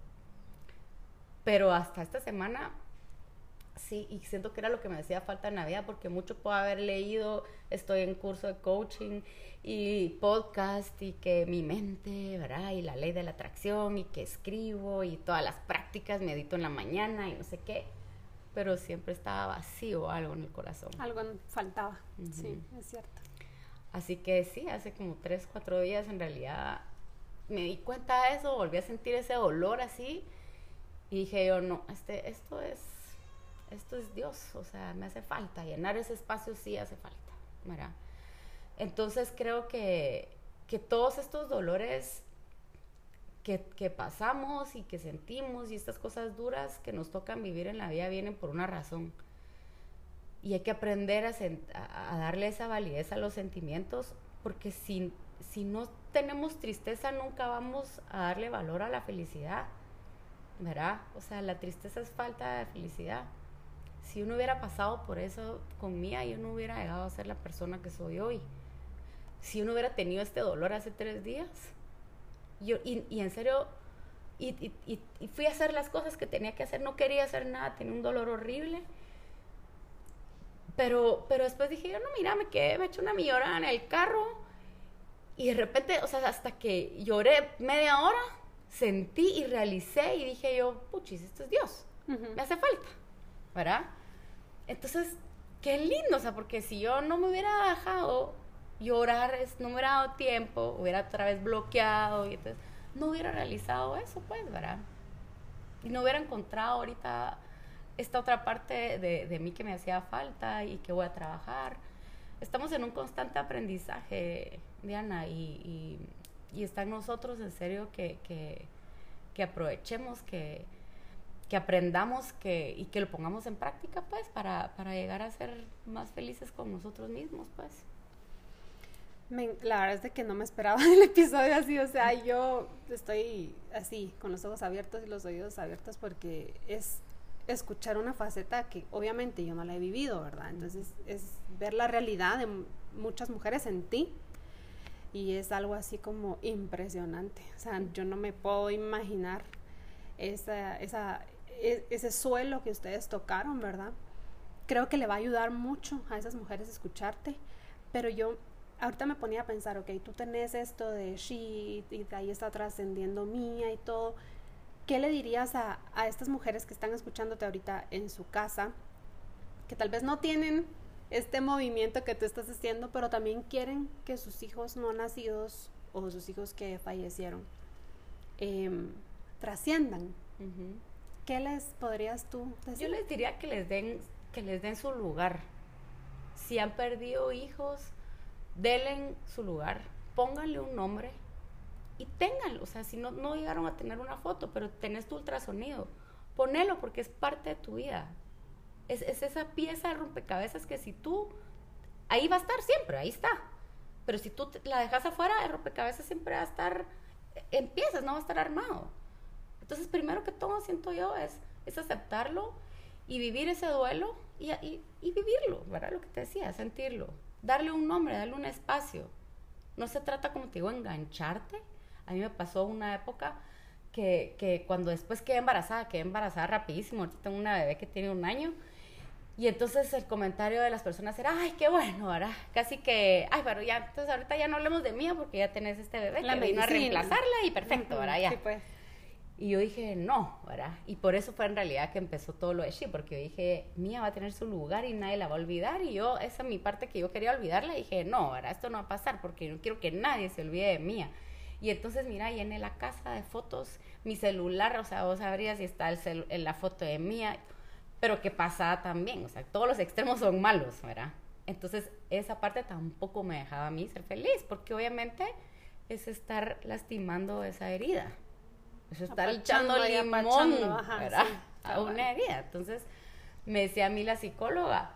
Pero hasta esta semana, sí, y siento que era lo que me hacía falta en la vida, porque mucho puedo haber leído, estoy en curso de coaching y podcast, y que mi mente, ¿verdad? Y la ley de la atracción, y que escribo, y todas las prácticas, medito en la mañana, y no sé qué, pero siempre estaba vacío algo en el corazón. Algo faltaba, sí, es cierto. Así que sí, hace como 3, 4 días en realidad me di cuenta de eso, volví a sentir ese dolor así, y dije yo, no, esto es Dios, o sea, me hace falta, llenar ese espacio sí hace falta, ¿verdad? Entonces creo que todos estos dolores que pasamos y que sentimos, y estas cosas duras que nos tocan vivir en la vida, vienen por una razón. Y hay que aprender a darle esa validez a los sentimientos, porque si no tenemos tristeza, nunca vamos a darle valor a la felicidad, ¿verdad? O sea, la tristeza es falta de felicidad. Si uno hubiera pasado por eso con Mía, yo no hubiera llegado a ser la persona que soy hoy. Si uno hubiera tenido este dolor hace 3 días, y en serio, y fui a hacer las cosas que tenía que hacer, no quería hacer nada, tenía un dolor horrible, pero después dije yo, no, mira, me eché una millonada en el carro, y de repente, o sea, hasta que lloré media hora, sentí y realicé, y dije yo, puchis, esto es Dios, me hace falta, ¿verdad? Entonces, qué lindo, o sea, porque si yo no me hubiera dejado llorar, no me hubiera dado tiempo, hubiera otra vez bloqueado, y entonces no hubiera realizado eso, pues, ¿verdad? Y no hubiera encontrado ahorita esta otra parte de mí que me hacía falta y que voy a trabajar. Estamos en un constante aprendizaje, Diana, y está en nosotros, en serio, que aprovechemos, que aprendamos, y que lo pongamos en práctica, pues, para llegar a ser más felices con nosotros mismos, pues. La verdad es de que no me esperaba el episodio así, o sea, yo estoy así, con los ojos abiertos y los oídos abiertos, porque es escuchar una faceta que obviamente yo no la he vivido, ¿verdad? Entonces es ver la realidad de muchas mujeres en ti, y es algo así como impresionante. O sea, yo no me puedo imaginar ese suelo que ustedes tocaron, ¿verdad? Creo que le va a ayudar mucho a esas mujeres escucharte, pero yo ahorita me ponía a pensar, ok, tú tenés esto de She, y de ahí está trascendiendo Mía y todo. ¿Qué le dirías a estas mujeres que están escuchándote ahorita en su casa, que tal vez no tienen este movimiento que tú estás haciendo, pero también quieren que sus hijos no nacidos o sus hijos que fallecieron trasciendan? ¿Qué les podrías tú decir? Yo les diría que les den su lugar. Si han perdido hijos, denle su lugar, pónganle un nombre y ténganlo. O sea, si no llegaron a tener una foto, pero tenés tu ultrasonido, ponelo porque es parte de tu vida. Es esa pieza de rompecabezas que si tú, ahí va a estar siempre, ahí está. Pero si tú la dejas afuera, el rompecabezas siempre va a estar en piezas, no va a estar armado. Entonces, primero que todo, siento yo, es aceptarlo y vivir ese duelo y vivirlo, ¿verdad? Lo que te decía, sentirlo. Darle un nombre, darle un espacio. No se trata, como te digo, engancharte. A mí me pasó una época que cuando después quedé embarazada rapidísimo. Ahorita tengo una bebé que tiene 1 año. Y entonces el comentario de las personas era, ay, qué bueno, ¿verdad? Casi que, ay, pero ya, entonces ahorita ya no hablemos de mía porque ya tenés este bebé que vino a reemplazarla y perfecto, ¿verdad? Ya. Sí, pues. Y yo dije, no, ¿verdad? Y por eso fue en realidad que empezó todo lo de She, porque yo dije, Mía va a tener su lugar y nadie la va a olvidar. Y yo, esa es mi parte que yo quería olvidarla, y dije, no, ¿verdad? Esto no va a pasar porque no quiero que nadie se olvide de Mía. Y entonces, mira, llené la casa de fotos, mi celular, o sea, vos sabrías si está la foto de Mía, pero que pasaba también, o sea, todos los extremos son malos, ¿verdad? Entonces, esa parte tampoco me dejaba a mí ser feliz, porque obviamente es estar lastimando esa herida. Es estar echando limón, ¿verdad? Sí, a una herida. Entonces, me decía a mí la psicóloga,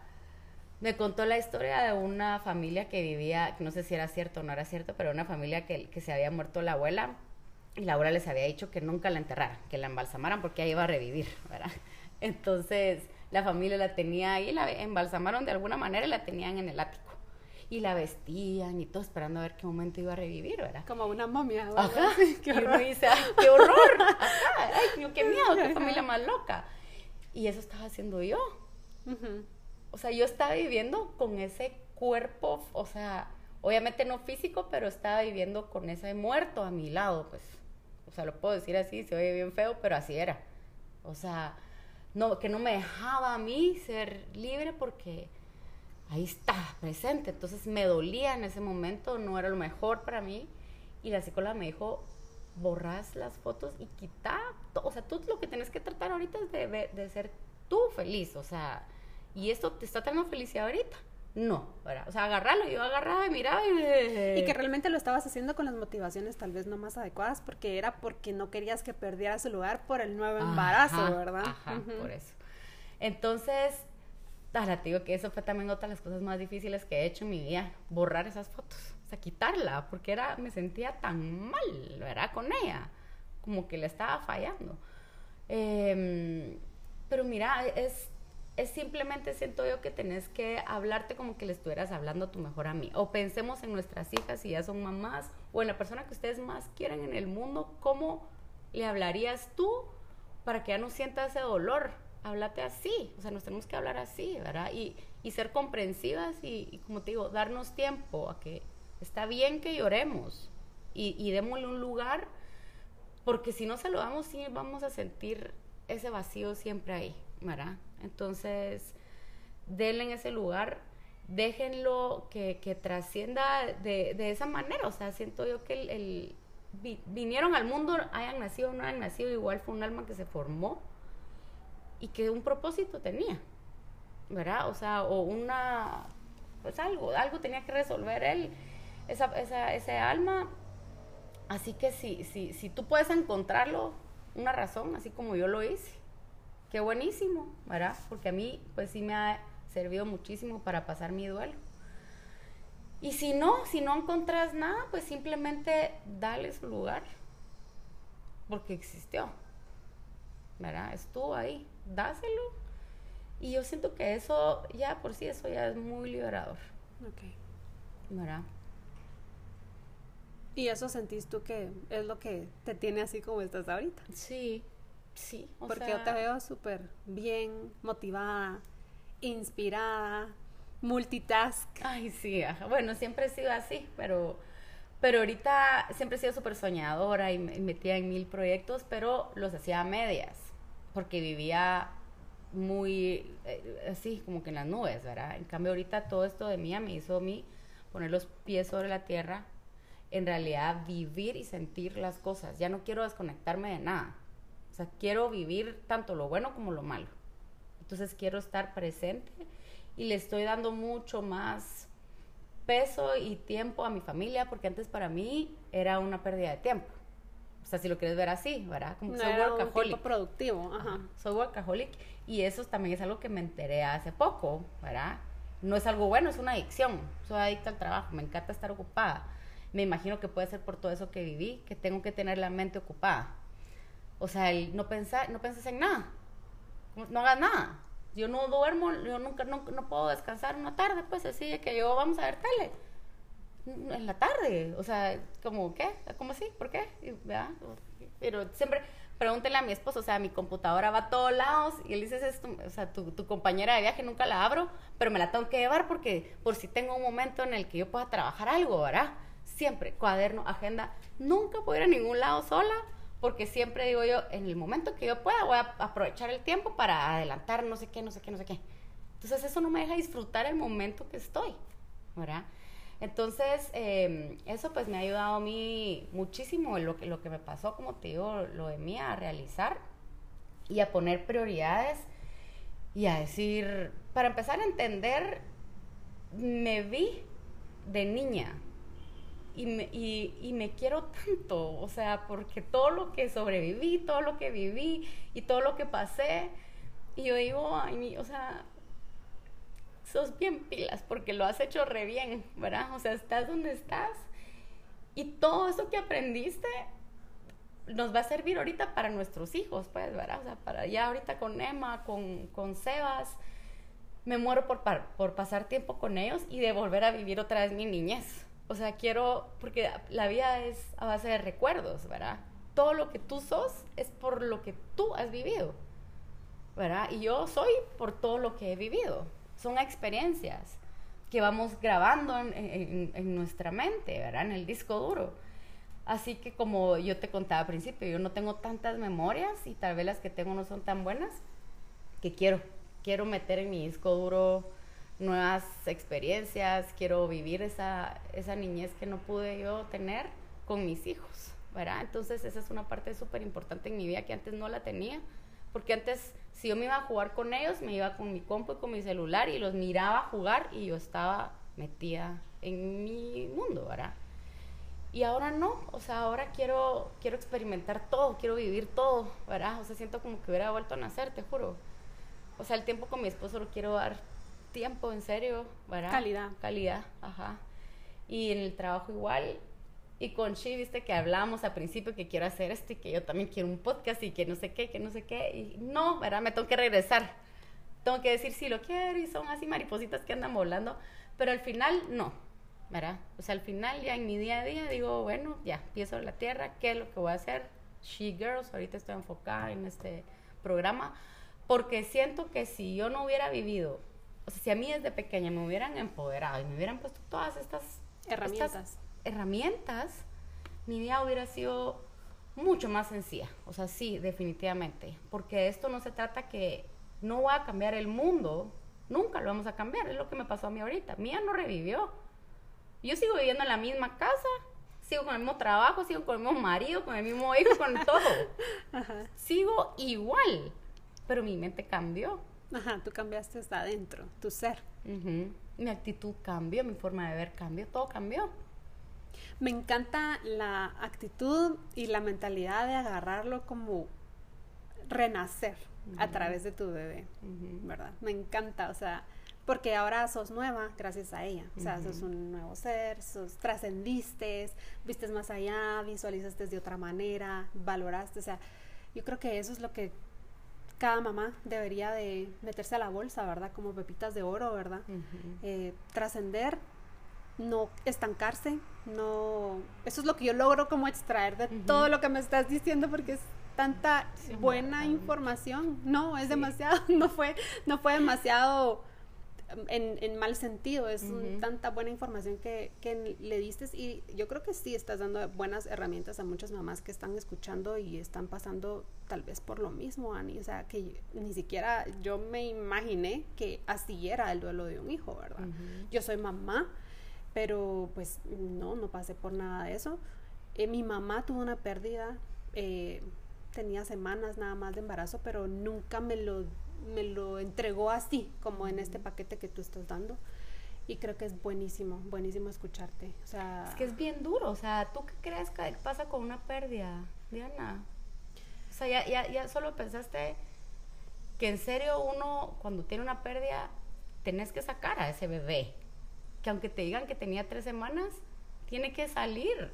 me contó la historia de una familia que vivía, no sé si era cierto o no era cierto, pero una familia que se había muerto la abuela, y la abuela les había dicho que nunca la enterraran, que la embalsamaran porque ella iba a revivir, ¿verdad? Entonces, la familia la tenía ahí, la embalsamaron de alguna manera y la tenían en el ático. Y la vestían y todo esperando a ver qué momento iba a revivir, ¿verdad? Como una momia, ¿verdad? Ajá. Qué horror. Y uno dice, ay, qué horror. Ajá. Ay, qué miedo, qué familia más loca. Y eso estaba haciendo yo. Uh-huh. O sea, yo estaba viviendo con ese cuerpo, o sea, obviamente no físico, pero estaba viviendo con ese muerto a mi lado, pues. O sea, lo puedo decir así, se oye bien feo, pero así era. O sea, no, que no me dejaba a mí ser libre porque ahí está, presente. Entonces me dolía en ese momento, no era lo mejor para mí. Y la psicóloga me dijo, borrás las fotos y quita todo. O sea, tú lo que tienes que tratar ahorita es de ser tú feliz. O sea, ¿y esto te está trayendo felicidad ahorita? No, ¿verdad? O sea, agarrarlo, yo agarraba y miraba y que realmente lo estabas haciendo con las motivaciones tal vez no más adecuadas, porque era porque no querías que perdiera su lugar por el nuevo embarazo, ¿verdad? Ajá, uh-huh. Por eso. Entonces, te digo que eso fue también otra de las cosas más difíciles que he hecho en mi vida, borrar esas fotos, o sea, quitarla, porque me sentía tan mal, ¿verdad? Con ella, como que le estaba fallando. Pero mira, es simplemente, siento yo, que tenés que hablarte como que le estuvieras hablando a tu mejor amiga. O pensemos en nuestras hijas, si ya son mamás, o en la persona que ustedes más quieren en el mundo, ¿cómo le hablarías tú para que ya no sienta ese dolor? Háblate así, o sea, nos tenemos que hablar así, ¿verdad? Y ser comprensivas y como te digo, darnos tiempo a que está bien que lloremos y démosle un lugar, porque si no se lo damos, sí vamos a sentir ese vacío siempre ahí, ¿verdad? Entonces, denle en ese lugar, déjenlo que trascienda de esa manera. O sea, siento yo que vinieron al mundo, hayan nacido o no hayan nacido, igual fue un alma que se formó y que un propósito tenía, ¿verdad? O sea, o pues algo tenía que resolver él, ese alma. Así que si tú puedes encontrarlo, una razón, así como yo lo hice, qué buenísimo, ¿verdad? Porque a mí, pues sí me ha servido muchísimo para pasar mi duelo. Y si no encontrás nada, pues simplemente dale su lugar, porque existió, ¿verdad? Estuvo ahí, dáselo. Y yo siento que eso, ya por sí, eso ya es muy liberador. Ok. ¿Verdad? ¿Y eso sentís tú que es lo que te tiene así como estás ahorita? Sí. Porque yo te veo súper bien, motivada, inspirada, multitask. Ay, sí, bueno, siempre he sido así, pero ahorita siempre he sido súper soñadora y metida en 1000 proyectos, pero los hacía a medias, porque vivía muy así, como que en las nubes, ¿verdad? En cambio, ahorita todo esto de mí me hizo a mí poner los pies sobre la tierra, en realidad vivir y sentir las cosas. Ya no quiero desconectarme de nada. O sea, quiero vivir tanto lo bueno como lo malo. Entonces quiero estar presente y le estoy dando mucho más peso y tiempo a mi familia, porque antes para mí era una pérdida de tiempo. O sea, si lo quieres ver así, ¿verdad? Como que no soy era workaholic. un tiempo productivo. Ajá. Soy workaholic y eso también es algo que me enteré hace poco, ¿verdad? No es algo bueno, es una adicción. Soy adicta al trabajo, me encanta estar ocupada. Me imagino que puede ser por todo eso que viví, que tengo que tener la mente ocupada. O sea, el no pensar, no penses en nada, no hagas nada. Yo no duermo, yo nunca, no puedo descansar una tarde, pues así de que yo vamos a ver tele en la tarde, o sea, como, ¿qué? ¿Cómo así? ¿Por qué? ¿Verdad? Pero siempre pregúntele a mi esposo, o sea, mi computadora va a todos lados y él dice, esto, o sea, tu compañera de viaje nunca la abro, pero me la tengo que llevar porque por si tengo un momento en el que yo pueda trabajar algo, ¿verdad? Siempre, cuaderno, agenda, nunca puedo ir a ningún lado sola, porque siempre digo yo, en el momento que yo pueda voy a aprovechar el tiempo para adelantar no sé qué. Entonces eso no me deja disfrutar el momento que estoy, ¿verdad? Entonces, eso pues me ha ayudado a mí muchísimo, lo que me pasó, como te digo, lo de mí, a realizar y a poner prioridades y a decir, para empezar a entender, me vi de niña y me quiero tanto, o sea, porque todo lo que sobreviví, todo lo que viví y todo lo que pasé, y yo digo, ay, o sea, sos bien pilas porque lo has hecho re bien, ¿verdad? O sea, estás donde estás y todo eso que aprendiste nos va a servir ahorita para nuestros hijos, pues, ¿verdad? O sea, para ya ahorita con Emma, con Sebas, me muero por pasar tiempo con ellos y de volver a vivir otra vez mi niñez. O sea, quiero, porque la vida es a base de recuerdos, ¿verdad? Todo lo que tú sos es por lo que tú has vivido, ¿verdad? Y yo soy por todo lo que he vivido. Son experiencias que vamos grabando en nuestra mente, ¿verdad? En el disco duro. Así que como yo te contaba al principio, yo no tengo tantas memorias y tal vez las que tengo no son tan buenas, que quiero meter en mi disco duro nuevas experiencias, quiero vivir esa niñez que no pude yo tener con mis hijos, ¿verdad? Entonces esa es una parte súper importante en mi vida que antes no la tenía, porque antes si yo me iba a jugar con ellos, me iba con mi compu y con mi celular y los miraba jugar y yo estaba metida en mi mundo, ¿verdad? Y ahora no, o sea, ahora quiero experimentar todo, quiero vivir todo, ¿verdad? O sea, siento como que hubiera vuelto a nacer, te juro. O sea, el tiempo con mi esposo lo quiero dar tiempo, en serio, ¿verdad? Calidad, ajá. Y en el trabajo igual. Y con Shi, viste que hablábamos al principio que quiero hacer esto y que yo también quiero un podcast y que no sé qué. Y no, ¿verdad? Me tengo que regresar. Tengo que decir si lo quiero y son así maripositas que andan volando. Pero al final, no, ¿verdad? O sea, al final ya en mi día a día digo, bueno, ya, pies sobre la tierra, ¿qué es lo que voy a hacer? She Girls, ahorita estoy enfocada en este programa. Porque siento que si yo no hubiera vivido, o sea, si a mí desde pequeña me hubieran empoderado y me hubieran puesto todas estas herramientas, mi vida hubiera sido mucho más sencilla. O sea, sí, definitivamente. Porque esto no se trata que no va a cambiar el mundo, nunca lo vamos a cambiar. Es lo que me pasó a mí ahorita. Mía no revivió. Yo sigo viviendo en la misma casa, sigo con el mismo trabajo, sigo con el mismo marido, con el mismo hijo, con todo. Ajá. Sigo igual. Pero mi mente cambió. Ajá, tú cambiaste hasta adentro, tu ser. Uh-huh. Mi actitud cambió, mi forma de ver cambió, todo cambió. Me encanta la actitud y la mentalidad de agarrarlo como renacer a través de tu bebé, ¿verdad? Me encanta, o sea, porque ahora sos nueva gracias a ella. O sea, sos un nuevo ser, trascendiste, viste más allá, visualizaste de otra manera, valoraste, o sea, yo creo que eso es lo que cada mamá debería de meterse a la bolsa, ¿verdad? Como pepitas de oro, ¿verdad? Trascender, no estancarse, no... Eso es lo que yo logro como extraer de todo lo que me estás diciendo, porque es tanta buena información. No, es demasiado, no fue demasiado en mal sentido, es tanta buena información que le diste, y yo creo que sí estás dando buenas herramientas a muchas mamás que están escuchando y están pasando tal vez por lo mismo, Ani, o sea, que ni siquiera yo me imaginé que así era el duelo de un hijo, ¿verdad? Yo soy mamá, pero pues no pasé por nada de eso. Mi mamá tuvo una pérdida, tenía semanas nada más de embarazo, pero nunca me lo entregó así, como en este paquete que tú estás dando. Y creo que es buenísimo escucharte. O sea, es que es bien duro. O sea, ¿tú qué crees que pasa con una pérdida, Diana? O sea, ya solo pensaste que en serio uno, cuando tiene una pérdida, tenés que sacar a ese bebé. Que aunque te digan que tenía 3 semanas, tiene que salir.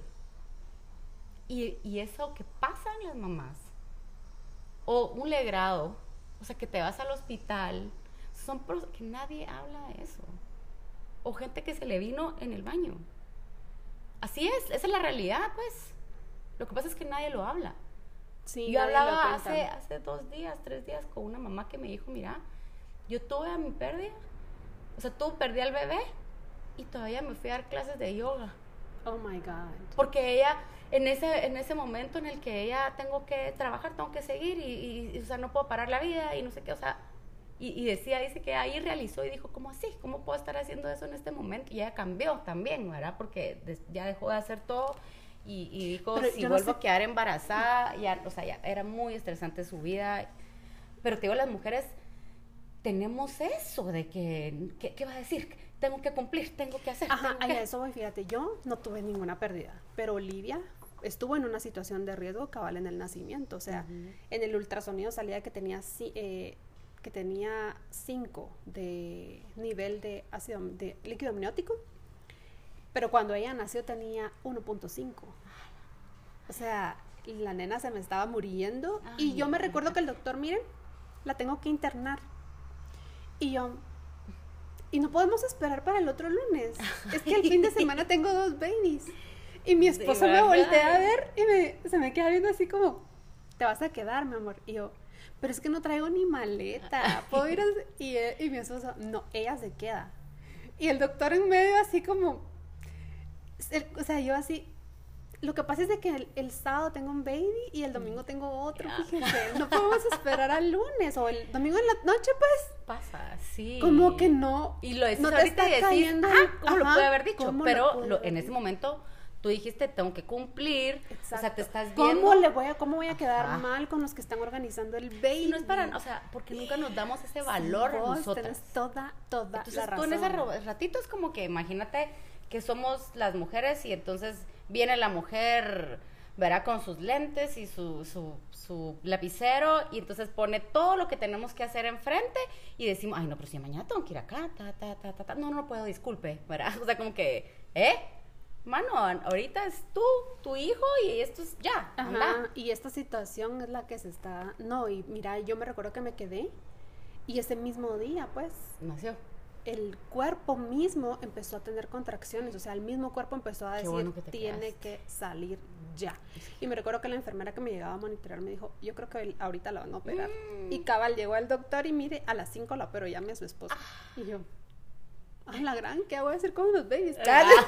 Y eso que pasa en las mamás. O un legrado, o sea, que te vas al hospital, son que nadie habla de eso. O gente que se le vino en el baño. Así es, esa es la realidad, pues. Lo que pasa es que nadie lo habla. sí, Yo nadie hablaba lo cuenta. hace 2 días, 3 días con una mamá que me dijo, mira, yo tuve a mi pérdida, o sea, perdí al bebé y todavía me fui a dar clases de yoga. Oh my God. Porque ella, en ese momento en el que ella tengo que trabajar, tengo que seguir y o sea, no puedo parar la vida y no sé qué, o sea, dice que ahí realizó y dijo, ¿cómo así? ¿Cómo puedo estar haciendo eso en este momento? Y ella cambió también, ¿verdad? Porque ya dejó de hacer todo y dijo, Pero si yo no vuelvo sé- a quedar embarazada, ya, o sea, ya era muy estresante su vida. Pero te digo, las mujeres tenemos eso de que, ¿qué va a decir? Tengo que cumplir, tengo que hacer. Ajá, tengo a que... eso voy, fíjate, yo no tuve ninguna pérdida, pero Olivia estuvo en una situación de riesgo cabal en el nacimiento, o sea, en el ultrasonido salía que tenía 5 de nivel de ácido de líquido amniótico, pero cuando ella nació tenía 1.5. O sea, la nena se me estaba muriendo. Ay, Y yo me recuerdo que el doctor, miren, la tengo que internar. Y yo, y no podemos esperar para el otro lunes. Es que el fin de semana tengo 2 babies. Y mi esposo me voltea a ver y se me queda viendo así como, te vas a quedar, mi amor. Y yo, pero es que no traigo ni maleta. ¿Puedo ir y mi esposo, no, ella se queda. Y el doctor en medio así como, o sea, yo así, lo que pasa es de que el sábado tengo un baby y el domingo tengo otro, fíjense, no podemos esperar al lunes o el domingo en la noche, pues. Pasa, sí. Como que no. Y lo decís no te ahorita está y decís, cayendo. ¿cómo lo Ajá, puede haber dicho? ¿cómo Pero lo puede en haber ese momento tú dijiste, tengo que cumplir. Exacto. O sea, te estás viendo. ¿Cómo voy a quedar Ajá. mal con los que están organizando el baby? Y no es para, o sea, porque nunca nos damos ese valor a Vos nosotras. tenés toda Entonces la razón. tú en ese ratito es como que imagínate que somos las mujeres y entonces viene la mujer, verá, con sus lentes y su lapicero y entonces pone todo lo que tenemos que hacer enfrente y decimos, ay no, pero si mañana tengo que ir acá, no puedo, disculpe, ¿verdad? O sea, como que, mano, ahorita es tú, tu hijo y esto es ya, anda. Ajá, y esta situación es la que se está... No, y mira, yo me recuerdo que me quedé y ese mismo día, pues, Nació. el cuerpo mismo empezó a tener contracciones, o sea, el mismo cuerpo empezó a Qué decir, bueno que te tiene quedaste. que salir ya. Y me recuerdo que la enfermera que me llegaba a monitorear me dijo, yo creo que ahorita la van a operar. Y cabal llegó el doctor y mire, a las 5 la operó, llame a su esposo. Y yo, la gran, ¿qué voy a hacer con los babies?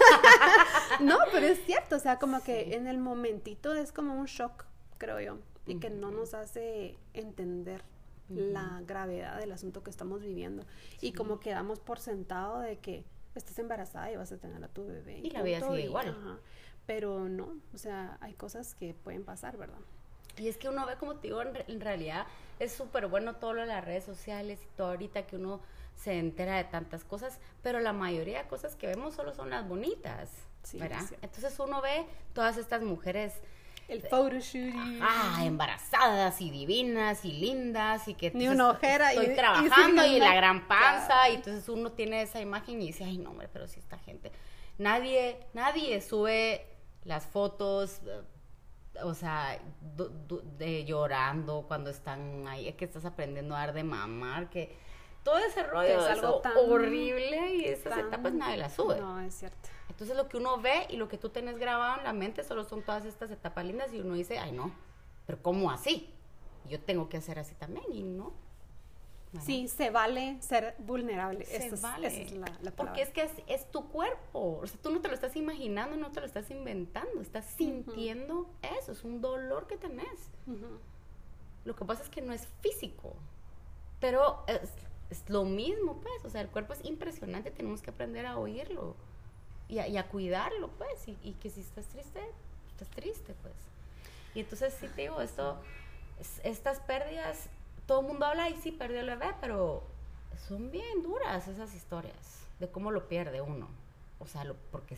No, pero es cierto, o sea, como que en el momentito es como un shock, creo yo, y que no nos hace entender la gravedad del asunto que estamos viviendo. Y como que damos por sentado de que estás embarazada y vas a tener a tu bebé. Y la vida sigue igual. Ajá. Pero no, o sea, hay cosas que pueden pasar, ¿verdad? Y es que uno ve, como te digo, en realidad es súper bueno todo lo de las redes sociales y todo ahorita que uno se entera de tantas cosas, pero la mayoría de cosas que vemos solo son las bonitas, Sí, ¿verdad? es cierto. Entonces uno ve todas estas mujeres El photoshoot y... embarazadas y divinas y lindas y que Ni entonces una ojera estoy y trabajando sin y una- la gran panza Claro. y entonces uno tiene esa imagen y dice, ay no hombre, pero si esta gente, nadie sube las fotos, o sea, de llorando cuando están ahí, que estás aprendiendo a dar de mamar, que todo ese rollo Que es es algo algo tan- horrible y esas tan- etapas nadie las sube. No, es cierto. Entonces lo que uno ve y lo que tú tenés grabado en la mente solo son todas estas etapas lindas y uno dice, ay no, pero ¿cómo así? Yo tengo que hacer así también y no. ¿verdad? Sí, se vale ser vulnerable. Se vale. Esa es la palabra. Porque es que es tu cuerpo. O sea, tú no te lo estás imaginando, no te lo estás inventando. Estás sintiendo eso. Es un dolor que tenés. Ujú. Lo que pasa es que no es físico. Pero es lo mismo, pues. O sea, el cuerpo es impresionante. Tenemos que aprender a oírlo. Y a cuidarlo, pues. Y que si estás triste, pues. Y entonces, sí te digo, estas pérdidas, todo el mundo habla y sí, perdió el bebé, pero son bien duras esas historias. de cómo lo pierde uno. O sea, porque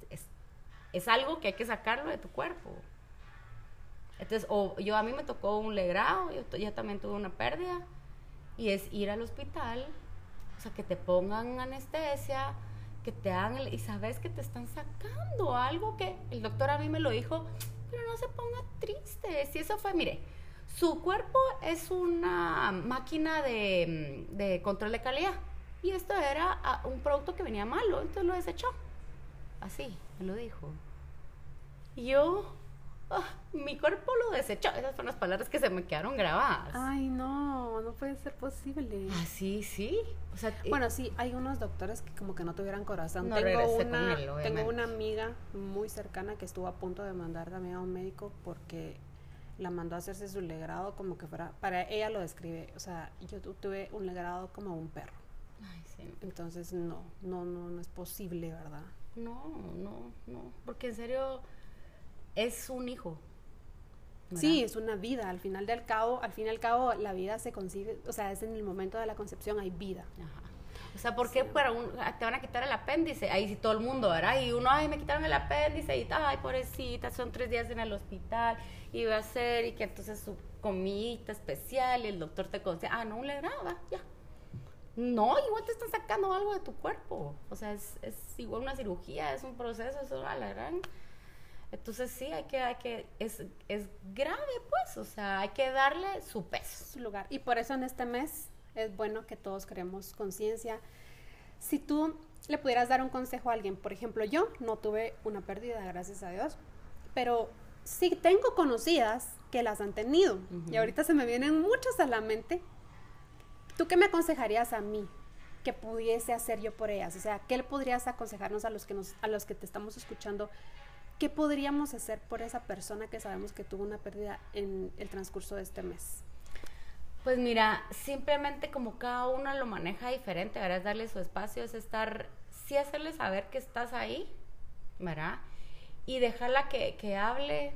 es algo que hay que sacarlo de tu cuerpo. Entonces, a mí me tocó un legrado, yo también tuve una pérdida, y es ir al hospital, o sea, que te pongan anestesia, que te hagan, y sabes que te están sacando algo que el doctor a mí me lo dijo, pero no se ponga triste. Si eso fue, mire, su cuerpo es una máquina de control de calidad, y esto era un producto que venía malo, entonces lo desechó. Así, me lo dijo. Y yo... mi cuerpo lo desechó. Esas fueron las palabras que se me quedaron grabadas. Ay, no puede ser posible. Sí, sí. O sea, bueno, sí, hay unos doctores que como que no tuvieran corazón. No tengo una amiga muy cercana que estuvo a punto de mandar también a un médico porque la mandó a hacerse su legrado como que fuera, para ella lo describe, o sea, yo tuve un legrado como un perro. Ay, sí. Entonces no es posible, ¿verdad? No, porque en serio es un hijo, ¿verdad? Sí, es una vida. Al fin y al cabo, la vida se concibe, o sea, es en el momento de la concepción hay vida. Ajá. O sea, ¿por qué te van a quitar el apéndice? Ahí sí todo el mundo, ¿verdad? Y uno, ay, me quitaron el apéndice y ay, pobrecita, son 3 días en el hospital y va a ser, y que entonces su comidita especial y el doctor te conseja, no, un legrado, ya. No, igual te están sacando algo de tu cuerpo. O sea, es igual una cirugía, es un proceso, eso a la gran... Entonces sí, es grave, pues, o sea, hay que darle su peso, su lugar. Y por eso en este mes es bueno que todos creemos conciencia. Si tú le pudieras dar un consejo a alguien, por ejemplo, yo no tuve una pérdida, gracias a Dios, pero sí tengo conocidas que las han tenido, y ahorita se me vienen muchas a la mente. ¿Tú qué me aconsejarías a mí que pudiese hacer yo por ellas? O sea, ¿qué le podrías aconsejarnos a los que te estamos escuchando? ¿Qué podríamos hacer por esa persona que sabemos que tuvo una pérdida en el transcurso de este mes? Pues mira, simplemente como cada uno lo maneja diferente, ¿verdad? Es darle su espacio, es sí hacerle saber que estás ahí, ¿verdad? Y dejarla que hable.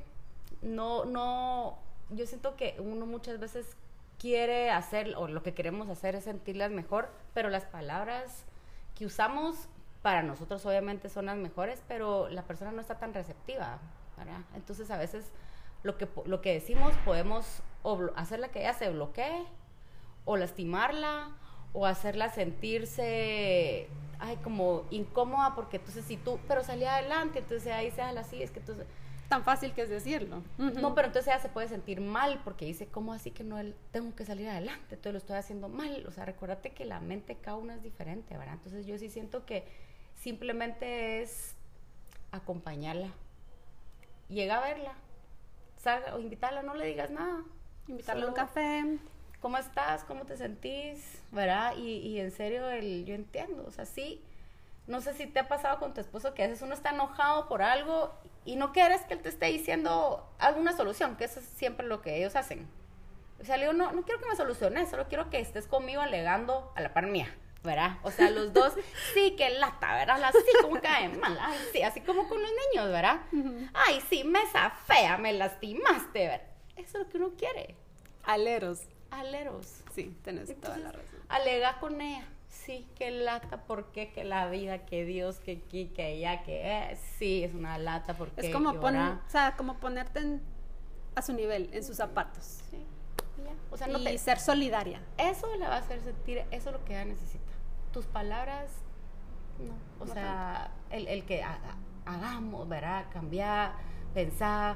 No, yo siento que uno muchas veces quiere hacer, o lo que queremos hacer es sentirlas mejor, pero las palabras que usamos para nosotros obviamente son las mejores, pero la persona no está tan receptiva, ¿verdad? Entonces a veces lo que decimos podemos hacerla que ella se bloquee, o lastimarla, o hacerla sentirse como incómoda, porque entonces pero salí adelante, entonces ahí se habla así, es que entonces... Tan fácil que es decirlo. No, pero entonces ella se puede sentir mal, porque dice, ¿cómo así que no tengo que salir adelante? Entonces lo estoy haciendo mal. O sea, recuérdate que la mente cada una es diferente, ¿verdad? Entonces yo sí siento que simplemente es acompañarla, llega a verla, salga o invitarla, no le digas nada, invitarla a un café, ¿cómo estás? ¿Cómo te sentís? ¿Verdad? Y en serio yo entiendo, o sea, sí, no sé si te ha pasado con tu esposo que a veces uno está enojado por algo y no quieres que él te esté diciendo alguna solución, que eso es siempre lo que ellos hacen. O sea, le digo, no quiero que me soluciones, solo quiero que estés conmigo alegando a la par mía, ¿verdad? O sea, los dos, sí, que lata, ¿verdad? Así como caen mal, ay, sí, así como con los niños, ¿verdad? Ay, sí, mesa fea, me lastimaste, ¿verdad? Eso es lo que uno quiere. Aleros. Sí, tenés toda la razón. Alega con ella, sí, que lata, ¿por qué? Que la vida, que Dios, que aquí, que allá, que sí, es una lata, porque es como como ponerte a su nivel, en sus zapatos. Sí. Ya. O sea, ser solidaria. Eso le va a hacer sentir, eso es lo que ella necesita. Tus palabras, no. O sea, el que hagamos, ¿verdad? Cambiar, pensar.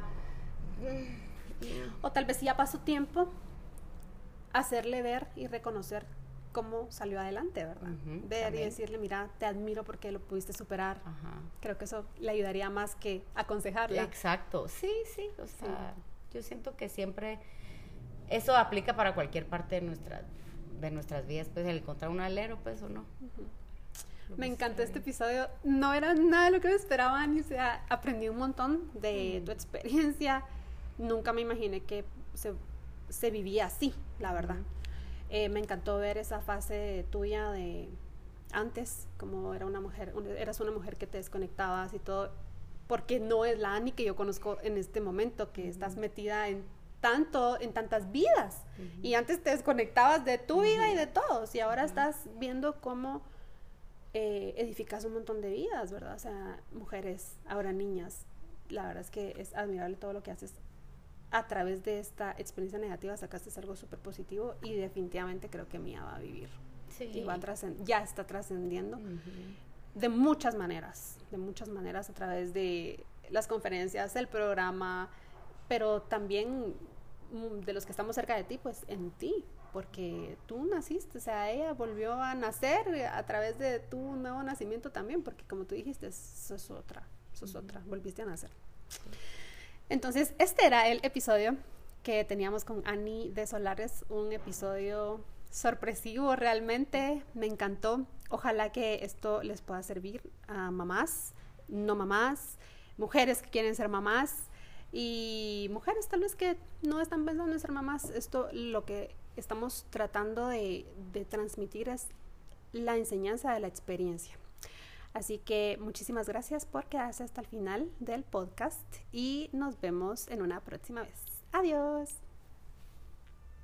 O tal vez si ya pasó tiempo, hacerle ver y reconocer cómo salió adelante, ¿verdad? Ver también. Y decirle, mira, te admiro porque lo pudiste superar. Creo que eso le ayudaría más que aconsejarla. Exacto, sí, o sea, yo siento que siempre eso aplica para cualquier parte de nuestras vidas, pues el encontrar un alero, pues, o no. Me encantó este episodio, no era nada de lo que me esperaba, o sea, aprendí un montón de tu experiencia, nunca me imaginé que se vivía así, la verdad. Me encantó ver esa fase tuya de antes, como eras una mujer que te desconectabas y todo, porque no es la Ani que yo conozco en este momento, que estás metida en tantas vidas, y antes te desconectabas de tu vida y de todos, y ahora estás viendo cómo edificas un montón de vidas, ¿verdad? O sea, mujeres, ahora niñas. La verdad es que es admirable todo lo que haces. A través de esta experiencia negativa sacaste algo súper positivo y definitivamente creo que Mía va a vivir. Sí. Y ya está trascendiendo de muchas maneras a través de las conferencias, el programa, pero también de los que estamos cerca de ti, pues en ti, porque tú naciste, o sea, ella volvió a nacer a través de tu nuevo nacimiento también, porque como tú dijiste, sos otra, volviste a nacer. Entonces, este era el episodio que teníamos con Ani de Solares, un episodio sorpresivo realmente, me encantó. Ojalá que esto les pueda servir a mamás, no mamás, mujeres que quieren ser mamás y mujeres tal vez que no están pensando en ser mamás. Esto lo que estamos tratando de transmitir es la enseñanza de la experiencia. Así que muchísimas gracias por quedarse hasta el final del podcast y nos vemos en una próxima vez. Adiós.